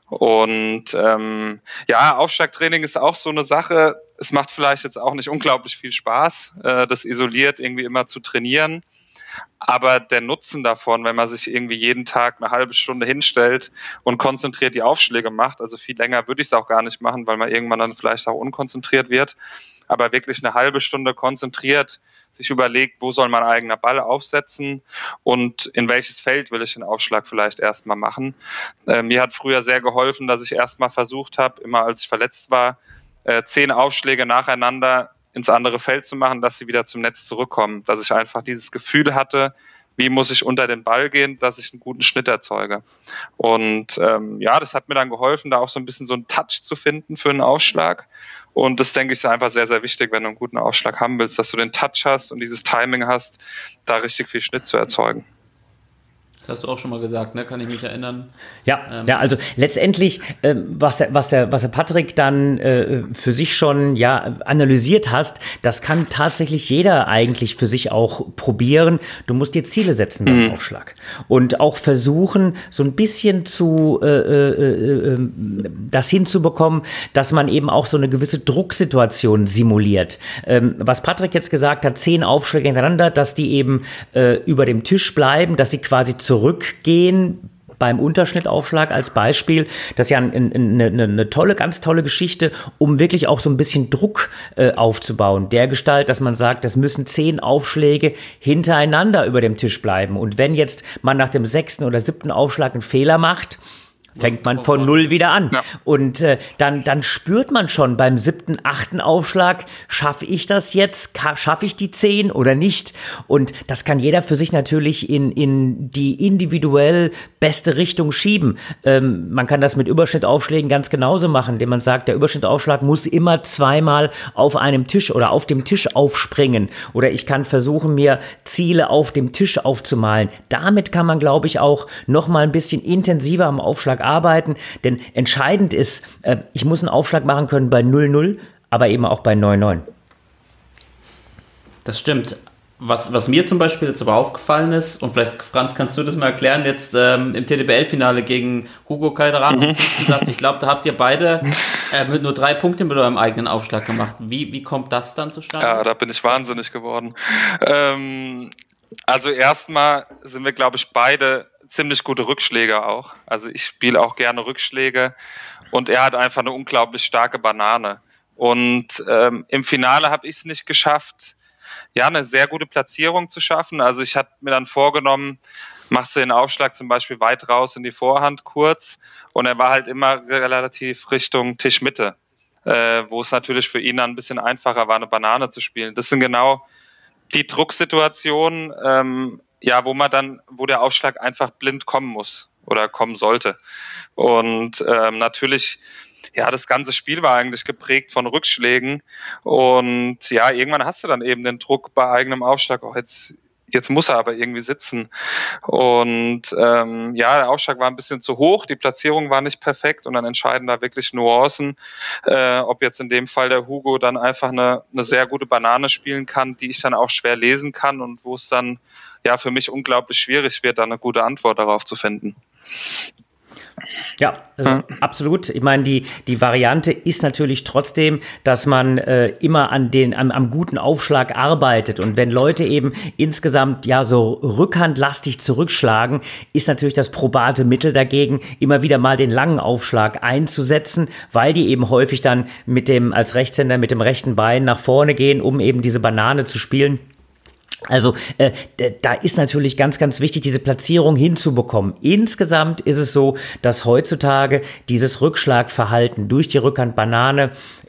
Und Aufschlagtraining ist auch so eine Sache. Es macht vielleicht jetzt auch nicht unglaublich viel Spaß, das isoliert irgendwie immer zu trainieren. Aber der Nutzen davon, wenn man sich irgendwie jeden Tag eine halbe Stunde hinstellt und konzentriert die Aufschläge macht, also viel länger würde ich es auch gar nicht machen, weil man irgendwann dann vielleicht auch unkonzentriert wird, aber wirklich eine halbe Stunde konzentriert sich überlegt, wo soll mein eigener Ball aufsetzen und in welches Feld will ich den Aufschlag vielleicht erstmal machen. Mir hat früher sehr geholfen, dass ich erstmal versucht habe, immer als ich verletzt war, 10 Aufschläge nacheinander ins andere Feld zu machen, dass sie wieder zum Netz zurückkommen. Dass ich einfach dieses Gefühl hatte, wie muss ich unter den Ball gehen, dass ich einen guten Schnitt erzeuge. Und das hat mir dann geholfen, da auch so ein bisschen so einen Touch zu finden für einen Aufschlag. Und das, denke ich, ist einfach sehr, sehr wichtig, wenn du einen guten Aufschlag haben willst, dass du den Touch hast und dieses Timing hast, da richtig viel Schnitt zu erzeugen. Das hast du auch schon mal gesagt, ne? Kann ich mich erinnern. Ja, also letztendlich, was der Patrick dann für sich schon analysiert hast, das kann tatsächlich jeder eigentlich für sich auch probieren. Du musst dir Ziele setzen beim Aufschlag und auch versuchen, so ein bisschen das hinzubekommen, dass man eben auch so eine gewisse Drucksituation simuliert. Was Patrick jetzt gesagt hat, 10 Aufschläge hintereinander, dass die eben über dem Tisch bleiben, dass sie quasi zurückgehen beim Unterschnittaufschlag als Beispiel. Das ist ja eine tolle, ganz tolle Geschichte, um wirklich auch so ein bisschen Druck aufzubauen. Dergestalt, dass man sagt, das müssen 10 Aufschläge hintereinander über dem Tisch bleiben. Und wenn jetzt man nach dem 6. oder 7. Aufschlag einen Fehler macht, fängt man von 0 wieder an. Ja. Und dann spürt man schon beim 7., 8. Aufschlag, schaffe ich das jetzt? Schaffe ich die 10 oder nicht? Und das kann jeder für sich natürlich in die individuell beste Richtung schieben. Man kann das mit Überschnittaufschlägen ganz genauso machen, indem man sagt, der Überschnittaufschlag muss immer 2-mal auf einem Tisch oder auf dem Tisch aufspringen. Oder ich kann versuchen, mir Ziele auf dem Tisch aufzumalen. Damit kann man, glaube ich, auch noch mal ein bisschen intensiver am Aufschlag arbeiten, denn entscheidend ist, ich muss einen Aufschlag machen können bei 0-0, aber eben auch bei 9-9. Das stimmt. Was mir zum Beispiel jetzt aber aufgefallen ist, und vielleicht, Franz, kannst du das mal erklären, jetzt im TDBL-Finale gegen Hugo Calderano im 5. Satz, ich glaube, da habt ihr beide mit nur 3 Punkten mit eurem eigenen Aufschlag gemacht. Wie kommt das dann zustande? Ja, da bin ich wahnsinnig geworden. Also erstmal sind wir, glaube ich, beide ziemlich gute Rückschläger auch. Also ich spiele auch gerne Rückschläge und er hat einfach eine unglaublich starke Banane. Und im Finale habe ich es nicht geschafft, ja, eine sehr gute Platzierung zu schaffen. Also ich hatte mir dann vorgenommen, machst du den Aufschlag zum Beispiel weit raus in die Vorhand kurz und er war halt immer relativ Richtung Tischmitte, wo es natürlich für ihn dann ein bisschen einfacher war, eine Banane zu spielen. Das sind genau die Drucksituationen, wo der Aufschlag einfach blind kommen muss oder kommen sollte. Und natürlich, ja, das ganze Spiel war eigentlich geprägt von Rückschlägen und ja, irgendwann hast du dann eben den Druck bei eigenem Aufschlag, auch jetzt muss er aber irgendwie sitzen und der Aufschlag war ein bisschen zu hoch, die Platzierung war nicht perfekt und dann entscheiden da wirklich Nuancen, ob jetzt in dem Fall der Hugo dann einfach eine sehr gute Banane spielen kann, die ich dann auch schwer lesen kann und wo es dann ja für mich unglaublich schwierig wird, da eine gute Antwort darauf zu finden. Ja, absolut. Ich meine, die Variante ist natürlich trotzdem, dass man immer am guten Aufschlag arbeitet. Und wenn Leute eben insgesamt ja so rückhandlastig zurückschlagen, ist natürlich das probate Mittel dagegen, immer wieder mal den langen Aufschlag einzusetzen, weil die eben häufig dann als Rechtshänder mit dem rechten Bein nach vorne gehen, um eben diese Banane zu spielen. Also da ist natürlich ganz, ganz wichtig, diese Platzierung hinzubekommen. Insgesamt ist es so, dass heutzutage dieses Rückschlagverhalten durch die Rückhandbanane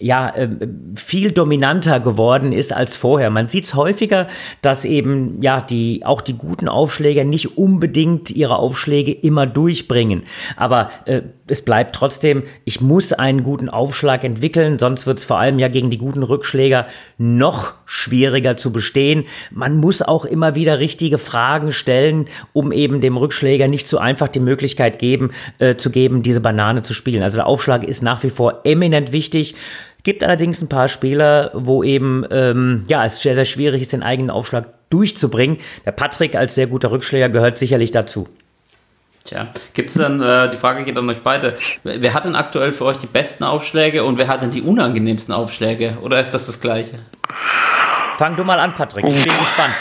viel dominanter geworden ist als vorher. Man sieht es häufiger, dass eben auch die guten Aufschläger nicht unbedingt ihre Aufschläge immer durchbringen. Aber es bleibt trotzdem, ich muss einen guten Aufschlag entwickeln, sonst wird es vor allem ja gegen die guten Rückschläger noch schwieriger zu bestehen. Man muss auch immer wieder richtige Fragen stellen, um eben dem Rückschläger nicht so einfach die Möglichkeit zu geben, diese Banane zu spielen. Also der Aufschlag ist nach wie vor eminent wichtig. Gibt allerdings ein paar Spieler, wo eben es sehr, sehr schwierig ist, den eigenen Aufschlag durchzubringen. Der Patrick als sehr guter Rückschläger gehört sicherlich dazu. Tja, gibt's dann, die Frage geht an euch beide, wer hat denn aktuell für euch die besten Aufschläge und wer hat denn die unangenehmsten Aufschläge? Oder ist das Gleiche? Fang du mal an, Patrick, ich bin gespannt.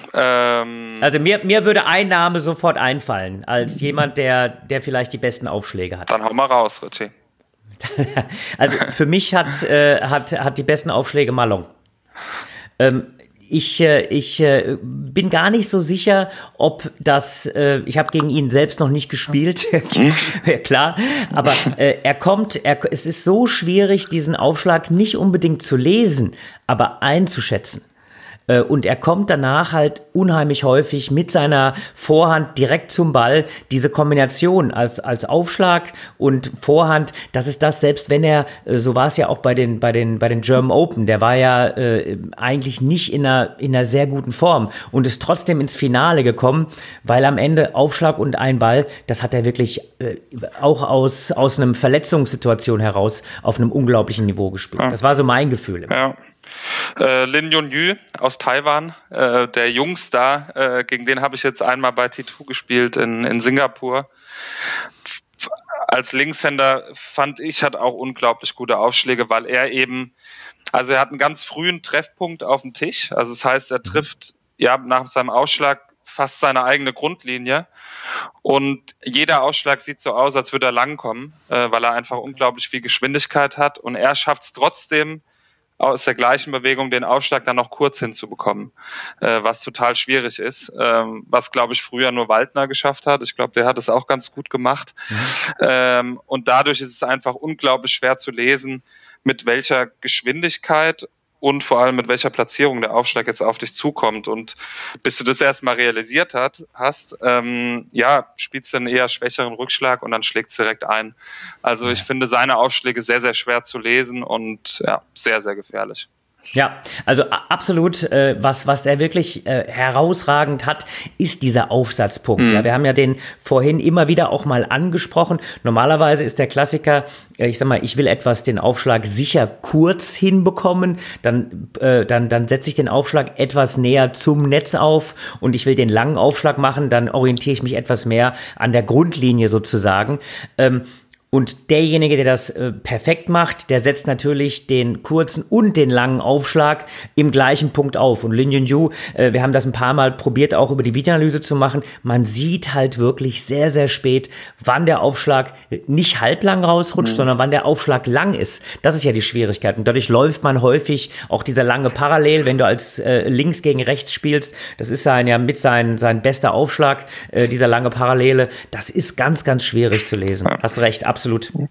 Also mir würde ein Name sofort einfallen, als jemand, der vielleicht die besten Aufschläge hat. Dann hau mal raus, Richie. Also für mich hat die besten Aufschläge Malong. Ich bin gar nicht so sicher, ob das, ich habe gegen ihn selbst noch nicht gespielt, klar, aber es ist so schwierig, diesen Aufschlag nicht unbedingt zu lesen, aber einzuschätzen. Und er kommt danach halt unheimlich häufig mit seiner Vorhand direkt zum Ball. Diese Kombination als Aufschlag und Vorhand, das ist das, selbst wenn er, so war es ja auch bei den German Open, der war ja eigentlich nicht in einer sehr guten Form und ist trotzdem ins Finale gekommen, weil am Ende Aufschlag und ein Ball, das hat er wirklich auch aus einer Verletzungssituation heraus auf einem unglaublichen Niveau gespielt. Ja. Das war so mein Gefühl. Ja. Lin Yun-Yu aus Taiwan, der Jungstar, gegen den habe ich jetzt einmal bei T2 gespielt in Singapur. Als Linkshänder fand ich, hat auch unglaublich gute Aufschläge, weil er hat einen ganz frühen Treffpunkt auf dem Tisch. Also das heißt, er trifft nach seinem Ausschlag fast seine eigene Grundlinie und jeder Ausschlag sieht so aus, als würde er langkommen, weil er einfach unglaublich viel Geschwindigkeit hat und er schafft es trotzdem, aus der gleichen Bewegung den Aufschlag dann noch kurz hinzubekommen, was total schwierig ist, was, glaube ich, früher nur Waldner geschafft hat. Ich glaube, der hat es auch ganz gut gemacht. Mhm. Und dadurch ist es einfach unglaublich schwer zu lesen, mit welcher Geschwindigkeit und vor allem mit welcher Platzierung der Aufschlag jetzt auf dich zukommt. Und bis du das erstmal realisiert hast, spielst du einen eher schwächeren Rückschlag und dann schlägt es direkt ein. Also ich finde seine Aufschläge sehr, sehr schwer zu lesen und sehr, sehr gefährlich. Ja, also absolut, was er wirklich herausragend hat, ist dieser Aufsatzpunkt. Ja, wir haben ja den vorhin immer wieder auch mal angesprochen. Normalerweise ist der Klassiker, ich sag mal, ich will den Aufschlag sicher kurz hinbekommen, dann setze ich den Aufschlag etwas näher zum Netz auf und ich will den langen Aufschlag machen, dann orientiere ich mich etwas mehr an der Grundlinie sozusagen. Und derjenige, der das perfekt macht, der setzt natürlich den kurzen und den langen Aufschlag im gleichen Punkt auf. Und Lin Junyu, wir haben das ein paar Mal probiert, auch über die Videoanalyse zu machen. Man sieht halt wirklich sehr, sehr spät, wann der Aufschlag nicht halblang rausrutscht, sondern wann der Aufschlag lang ist. Das ist ja die Schwierigkeit. Und dadurch läuft man häufig auch dieser lange Parallel, wenn du als links gegen rechts spielst. Das ist sein bester Aufschlag, dieser lange Parallele. Das ist ganz, ganz schwierig zu lesen. Hast recht, absolut.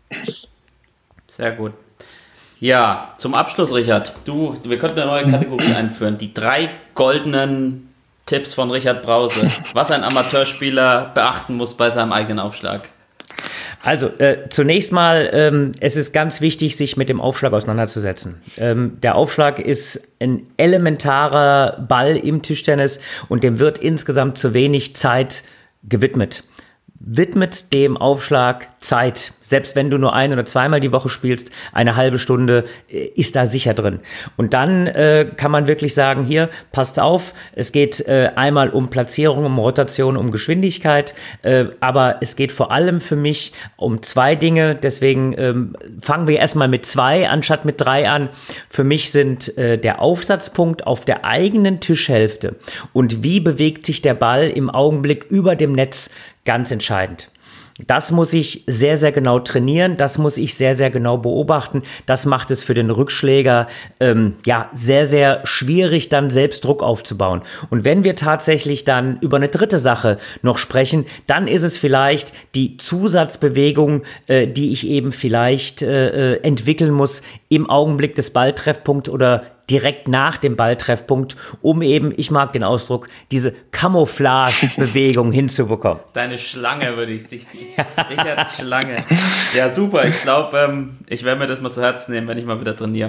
Sehr gut. Ja, zum Abschluss, Richard. Wir könnten eine neue Kategorie einführen. Die 3 goldenen Tipps von Richard Brause. Was ein Amateurspieler beachten muss bei seinem eigenen Aufschlag. Also, zunächst mal, es ist ganz wichtig, sich mit dem Aufschlag auseinanderzusetzen. Der Aufschlag ist ein elementarer Ball im Tischtennis und dem wird insgesamt zu wenig Zeit gewidmet. Widmet dem Aufschlag Zeit. Selbst wenn du nur 1- oder 2-mal die Woche spielst, eine halbe Stunde ist da sicher drin. Und dann kann man wirklich sagen, hier, passt auf, es geht einmal um Platzierung, um Rotation, um Geschwindigkeit, aber es geht vor allem für mich um 2 Dinge, deswegen fangen wir erstmal mit 2 anstatt mit 3 an. Für mich sind der Aufsatzpunkt auf der eigenen Tischhälfte und wie bewegt sich der Ball im Augenblick über dem Netz ganz entscheidend. Das muss ich sehr, sehr genau trainieren, das muss ich sehr, sehr genau beobachten. Das macht es für den Rückschläger sehr, sehr schwierig, dann selbst Druck aufzubauen. Und wenn wir tatsächlich dann über eine dritte Sache noch sprechen, dann ist es vielleicht die Zusatzbewegung, die ich eben vielleicht entwickeln muss im Augenblick des Balltreffpunkts oder direkt nach dem Balltreffpunkt, um eben, ich mag den Ausdruck, diese Camouflage-Bewegung hinzubekommen. Deine Schlange würde ich dich. Richards Schlange. Ja, super. Ich glaube, ich werde mir das mal zu Herzen nehmen, wenn ich mal wieder trainiere.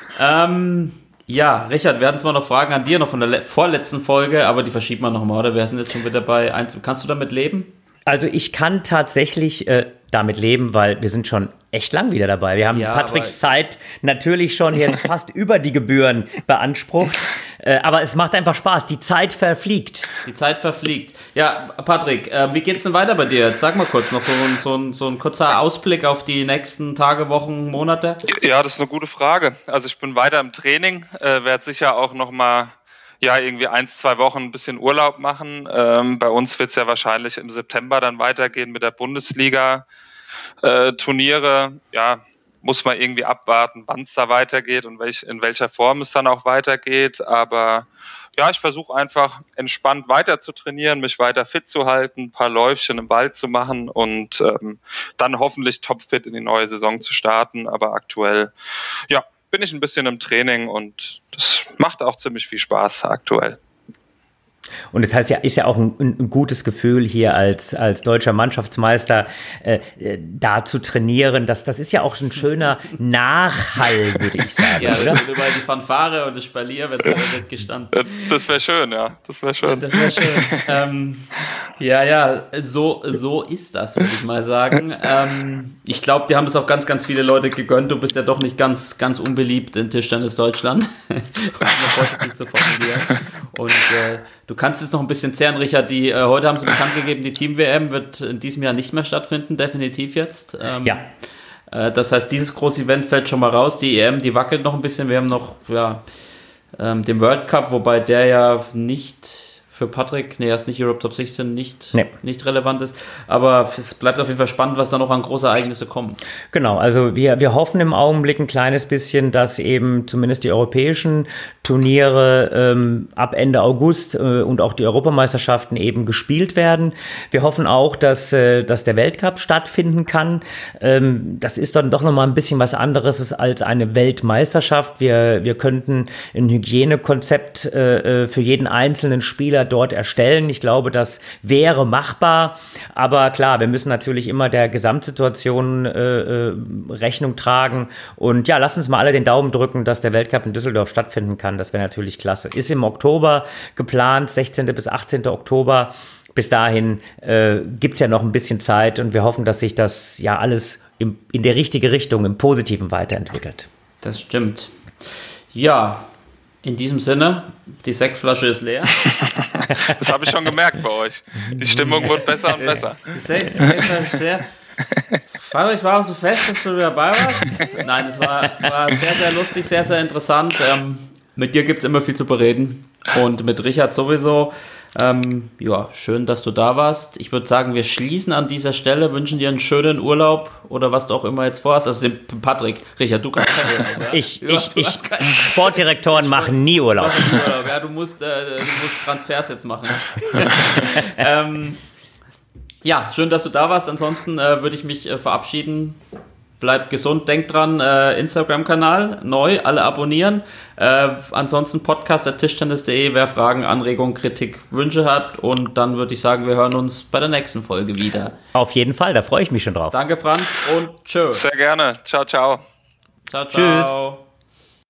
Ja, Richard, wir hatten zwar noch Fragen an dir, noch von der vorletzten Folge, aber die verschieben wir nochmal, oder? Wir sind jetzt schon wieder bei 1. Kannst du damit leben? Also ich kann tatsächlich damit leben, weil wir sind schon echt lang wieder dabei. Wir haben Patricks Zeit natürlich schon jetzt fast über die Gebühren beansprucht, aber es macht einfach Spaß. Die Zeit verfliegt. Die Zeit verfliegt. Ja, Patrick, wie geht's denn weiter bei dir? Jetzt sag mal kurz noch so ein kurzer Ausblick auf die nächsten Tage, Wochen, Monate. Ja, das ist eine gute Frage. Also ich bin weiter im Training, werde sicher auch noch mal irgendwie 1-2 Wochen ein bisschen Urlaub machen. Bei uns wird es ja wahrscheinlich im September dann weitergehen mit der Bundesliga. Turniere, muss man irgendwie abwarten, wann es da weitergeht und in welcher Form es dann auch weitergeht. Aber ich versuche einfach entspannt weiter zu trainieren, mich weiter fit zu halten, ein paar Läufchen im Wald zu machen und dann hoffentlich topfit in die neue Saison zu starten. Aber aktuell, bin ich ein bisschen im Training und das macht auch ziemlich viel Spaß aktuell. Und das heißt ist ja auch ein gutes Gefühl hier als deutscher Mannschaftsmeister da zu trainieren. Das ist ja auch ein schöner Nachhall, würde ich sagen. Ja, oder? Über die Fanfare und das Spalier wird gestanden. Das wäre schön, ja. Das wäre schön. So ist das, würde ich mal sagen. Ich glaube, die haben es auch ganz, ganz viele Leute gegönnt. Du bist ja doch nicht ganz, ganz unbeliebt in Tischtennis Deutschland. Um es mal vorsichtig zu formulieren. Und du kannst jetzt noch ein bisschen zehren, Richard. Heute haben sie bekannt gegeben, die Team-WM wird in diesem Jahr nicht mehr stattfinden, definitiv jetzt. Das heißt, dieses große Event fällt schon mal raus. Die EM, die wackelt noch ein bisschen. Wir haben noch den World Cup, wobei der ja nicht für Patrick, er ist nicht Europe Top 16, nicht relevant ist. Aber es bleibt auf jeden Fall spannend, was da noch an große Ereignisse kommen. Genau, also wir hoffen im Augenblick ein kleines bisschen, dass eben zumindest die europäischen Turniere ab Ende August und auch die Europameisterschaften eben gespielt werden. Wir hoffen auch, dass der Weltcup stattfinden kann. Das ist dann doch nochmal ein bisschen was anderes als eine Weltmeisterschaft. Wir könnten ein Hygienekonzept für jeden einzelnen Spieler dort erstellen. Ich glaube, das wäre machbar. Aber klar, wir müssen natürlich immer der Gesamtsituation Rechnung tragen. Und ja, lass uns mal alle den Daumen drücken, dass der Weltcup in Düsseldorf stattfinden kann. Das wäre natürlich klasse. Ist im Oktober geplant, 16. bis 18. Oktober. Bis dahin gibt's ja noch ein bisschen Zeit und wir hoffen, dass sich das ja alles in der richtige Richtung, im Positiven weiterentwickelt. Das stimmt. Ja, in diesem Sinne, die Sektflasche ist leer. Das habe ich schon gemerkt bei euch. Die Stimmung wird besser und besser. Die Sektflasche ist leer. Friedrich, war so fest, dass du dabei warst? Nein, es war sehr, sehr lustig, sehr, sehr interessant. Mit dir gibt's immer viel zu bereden und mit Richard sowieso. Ja, schön, dass du da warst. Ich würde sagen, wir schließen an dieser Stelle, wünschen dir einen schönen Urlaub oder was du auch immer jetzt vorhast. Also den Patrick, Richard, du kannst keinen Urlaub. Ja? Sportdirektoren machen nie Urlaub. Ja, du musst Transfers jetzt machen. Ja, schön, dass du da warst. Ansonsten würde ich mich verabschieden. Bleibt gesund, denkt dran, Instagram-Kanal neu, alle abonnieren. Ansonsten podcast@tischtennis.de, wer Fragen, Anregungen, Kritik, Wünsche hat. Und dann würde ich sagen, wir hören uns bei der nächsten Folge wieder. Auf jeden Fall, da freue ich mich schon drauf. Danke, Franz, und tschö. Sehr gerne. Ciao, ciao. Ciao, ciao. Tschüss.